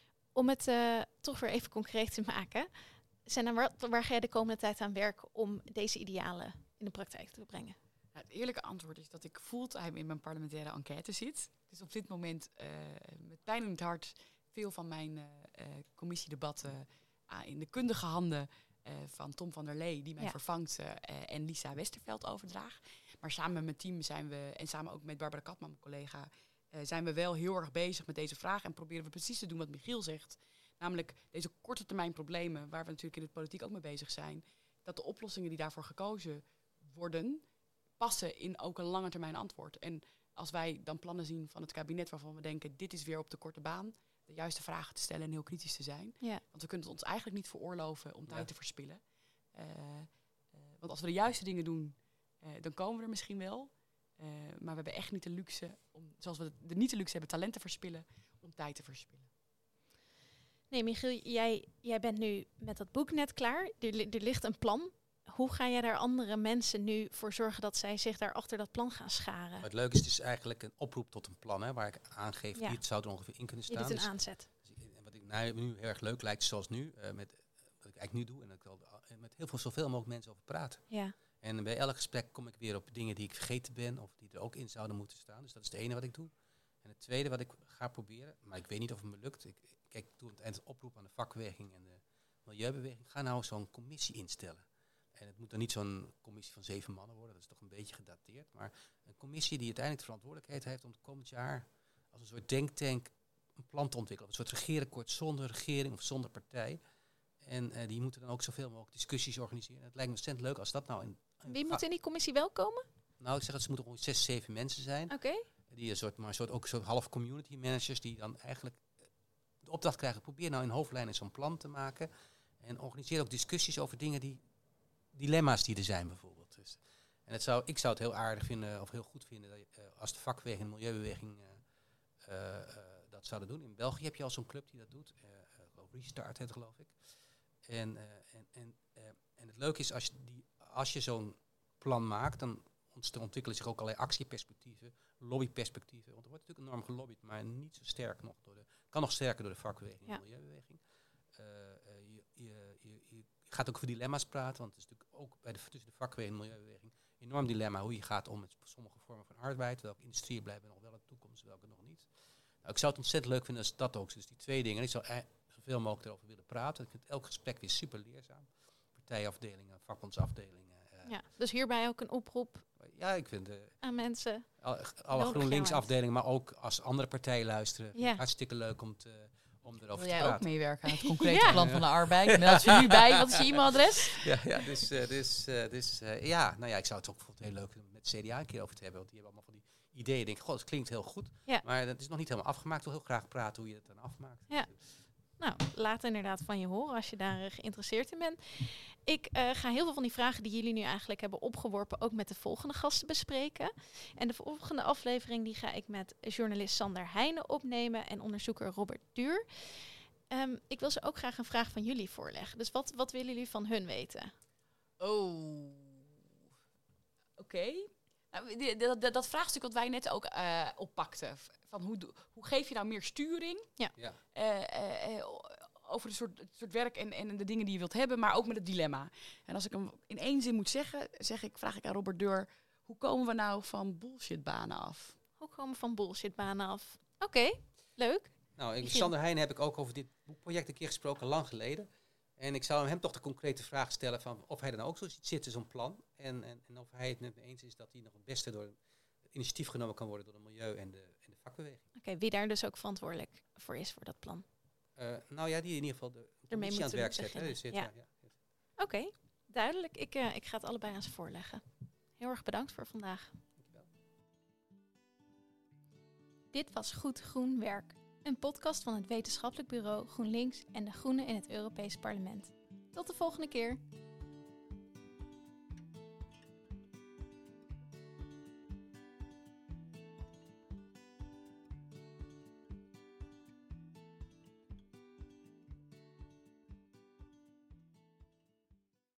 Om het uh, toch weer even concreet te maken. Senna, waar, waar ga je de komende tijd aan werken om deze idealen in de praktijk te brengen? Nou, het eerlijke antwoord is dat ik fulltime in mijn parlementaire enquête zit. Dus op dit moment uh, met pijn in het hart veel van mijn uh, uh, commissiedebatten uh, in de kundige handen uh, van Tom van der Lee, die mij ja. vervangt, uh, en Lisa Westerveld overdraag. Maar samen met mijn team zijn we, en samen ook met Barbara Katman, mijn collega, uh, zijn we wel heel erg bezig met deze vraag en proberen we precies te doen wat Michiel zegt. Namelijk deze korte termijn problemen, waar we natuurlijk in de politiek ook mee bezig zijn, dat de oplossingen die daarvoor gekozen worden, passen in ook een lange termijn antwoord. En als wij dan plannen zien van het kabinet waarvan we denken, dit is weer op de korte baan, de juiste vragen te stellen en heel kritisch te zijn. Ja. Want we kunnen het ons eigenlijk niet veroorloven om tijd ja. te verspillen. Uh, uh, want als we de juiste dingen doen, uh, dan komen we er misschien wel. Uh, maar we hebben echt niet de luxe, om, zoals we de niet de luxe hebben talent te verspillen, om tijd te verspillen. Nee, Michiel, jij, jij bent nu met dat boek net klaar. Er, er ligt een plan. Hoe ga jij daar andere mensen nu voor zorgen dat zij zich daar achter dat plan gaan scharen? Maar het leuke is, het is eigenlijk een oproep tot een plan, hè, waar ik aangeef, ja. dit zou er ongeveer in kunnen staan. Je doet een dus, aanzet. Dus, wat ik nou, nu heel erg leuk lijkt, zoals nu, uh, met wat ik eigenlijk nu doe, en dat ik al uh, met heel veel zoveel mogelijk mensen over praten. Ja. En bij elk gesprek kom ik weer op dingen die ik vergeten ben, of die er ook in zouden moeten staan. Dus dat is het ene wat ik doe. En het tweede wat ik ga proberen, maar ik weet niet of het me lukt. Ik, kijk, ik doe het oproep aan de vakbeweging en de milieubeweging. Ga nou zo'n commissie instellen. En het moet dan niet zo'n commissie van zeven mannen worden, dat is toch een beetje gedateerd. Maar een commissie die uiteindelijk de verantwoordelijkheid heeft om het komend jaar als een soort denktank een plan te ontwikkelen. Een soort regeerakkoord zonder regering of zonder partij. En uh, die moeten dan ook zoveel mogelijk discussies organiseren. En het lijkt me ontzettend leuk als dat nou in... in Wie moet in die commissie wel komen? Nou, ik zeg dat ze moeten ongeveer zes, zeven mensen zijn. Oké. Okay. Die een soort, maar een soort, ook een soort half community managers die dan eigenlijk de opdracht krijgen. Probeer nou in hoofdlijnen zo'n plan te maken. En organiseer ook discussies over dingen die, dilemma's die er zijn bijvoorbeeld. Dus, en het zou, ik zou het heel aardig vinden, of heel goed vinden, dat je, uh, als de vakbeweging en de milieubeweging uh, uh, uh, dat zouden doen. In België heb je al zo'n club die dat doet. Uh, uh, Restart heet, geloof ik. En, uh, en, en, uh, en het leuke is, als je, die, als je zo'n plan maakt, dan ontwikkelen zich ook allerlei actieperspectieven, lobbyperspectieven. Want er wordt natuurlijk enorm gelobbyd, maar niet zo sterk nog. Door de, kan nog sterker door de vakbeweging en de milieubeweging. Uh, uh, je, je, je, je gaat ook over dilemma's praten, want het is natuurlijk ook bij de, tussen de vakbeweging en de milieubeweging een enorm dilemma hoe je gaat om met sommige vormen van arbeid. Welke industrieën blijven nog wel in de toekomst, welke nog niet. Nou, ik zou het ontzettend leuk vinden als dat ook. Dus die twee dingen. Ik zou e- zoveel mogelijk erover willen praten. Ik vind elk gesprek weer super leerzaam. Partijafdelingen, vakbondsafdelingen. Uh, ja, dus hierbij ook een oproep. Ja, ik vind de, aan mensen. Alle, alle GroenLinks-afdelingen, maar ook als andere partijen luisteren. Ja. Hartstikke leuk om, te, om erover Wil te jij praten. ook meewerken aan het concrete ja. plan van de arbeid? Meld je nu bij. Wat is je e-mailadres? Ja, ja, dus, uh, dus, uh, dus uh, ja, nou ja, ik zou het ook bijvoorbeeld heel leuk vinden om met C D A een keer over te hebben. Want die hebben allemaal van die ideeën. Ik denk, god, dat klinkt heel goed. Ja. Maar dat is nog niet helemaal afgemaakt. Ik wil heel graag praten hoe je het dan afmaakt. Ja. Nou, laat inderdaad van je horen als je daar uh, geïnteresseerd in bent. Ik uh, ga heel veel van die vragen die jullie nu eigenlijk hebben opgeworpen ook met de volgende gasten bespreken. En de volgende aflevering die ga ik met journalist Sander Heijnen opnemen en onderzoeker Robert Duur. Um, ik wil ze ook graag een vraag van jullie voorleggen. Dus wat, wat willen jullie van hun weten? Oh, oké. Okay. Nou, dat, dat, dat vraagstuk wat wij net ook uh, oppakten. Van hoe, hoe geef je nou meer sturing? Ja. Ja. Uh, uh, over het soort, het soort werk en, en de dingen die je wilt hebben, maar ook met het dilemma. En als ik hem in één zin moet zeggen, zeg ik, vraag ik aan Robert Deur, hoe komen we nou van bullshitbanen af? Ook komen van bullshitbanen af. Oké, okay, leuk. Nou, ik, Michiel. Sander Heijn heb ik ook over dit boekproject een keer gesproken, lang geleden. En ik zou hem toch de concrete vraag stellen van of hij dan ook zo zit in zo'n plan. En, en, en of hij het met me eens is dat hij nog het beste door het initiatief genomen kan worden door het milieu en de, en de vakbeweging. Oké, okay, wie daar dus ook verantwoordelijk voor is voor dat plan. Uh, nou ja, die in ieder geval de commissie aan het werk zetten. Dus ja. Ja, ja. Oké, okay, duidelijk. Ik, uh, ik ga het allebei aan ze voorleggen. Heel erg bedankt voor vandaag. Dankjewel. Dit was Goed Groen Werk. Een podcast van het wetenschappelijk bureau GroenLinks en de Groenen in het Europees Parlement. Tot de volgende keer.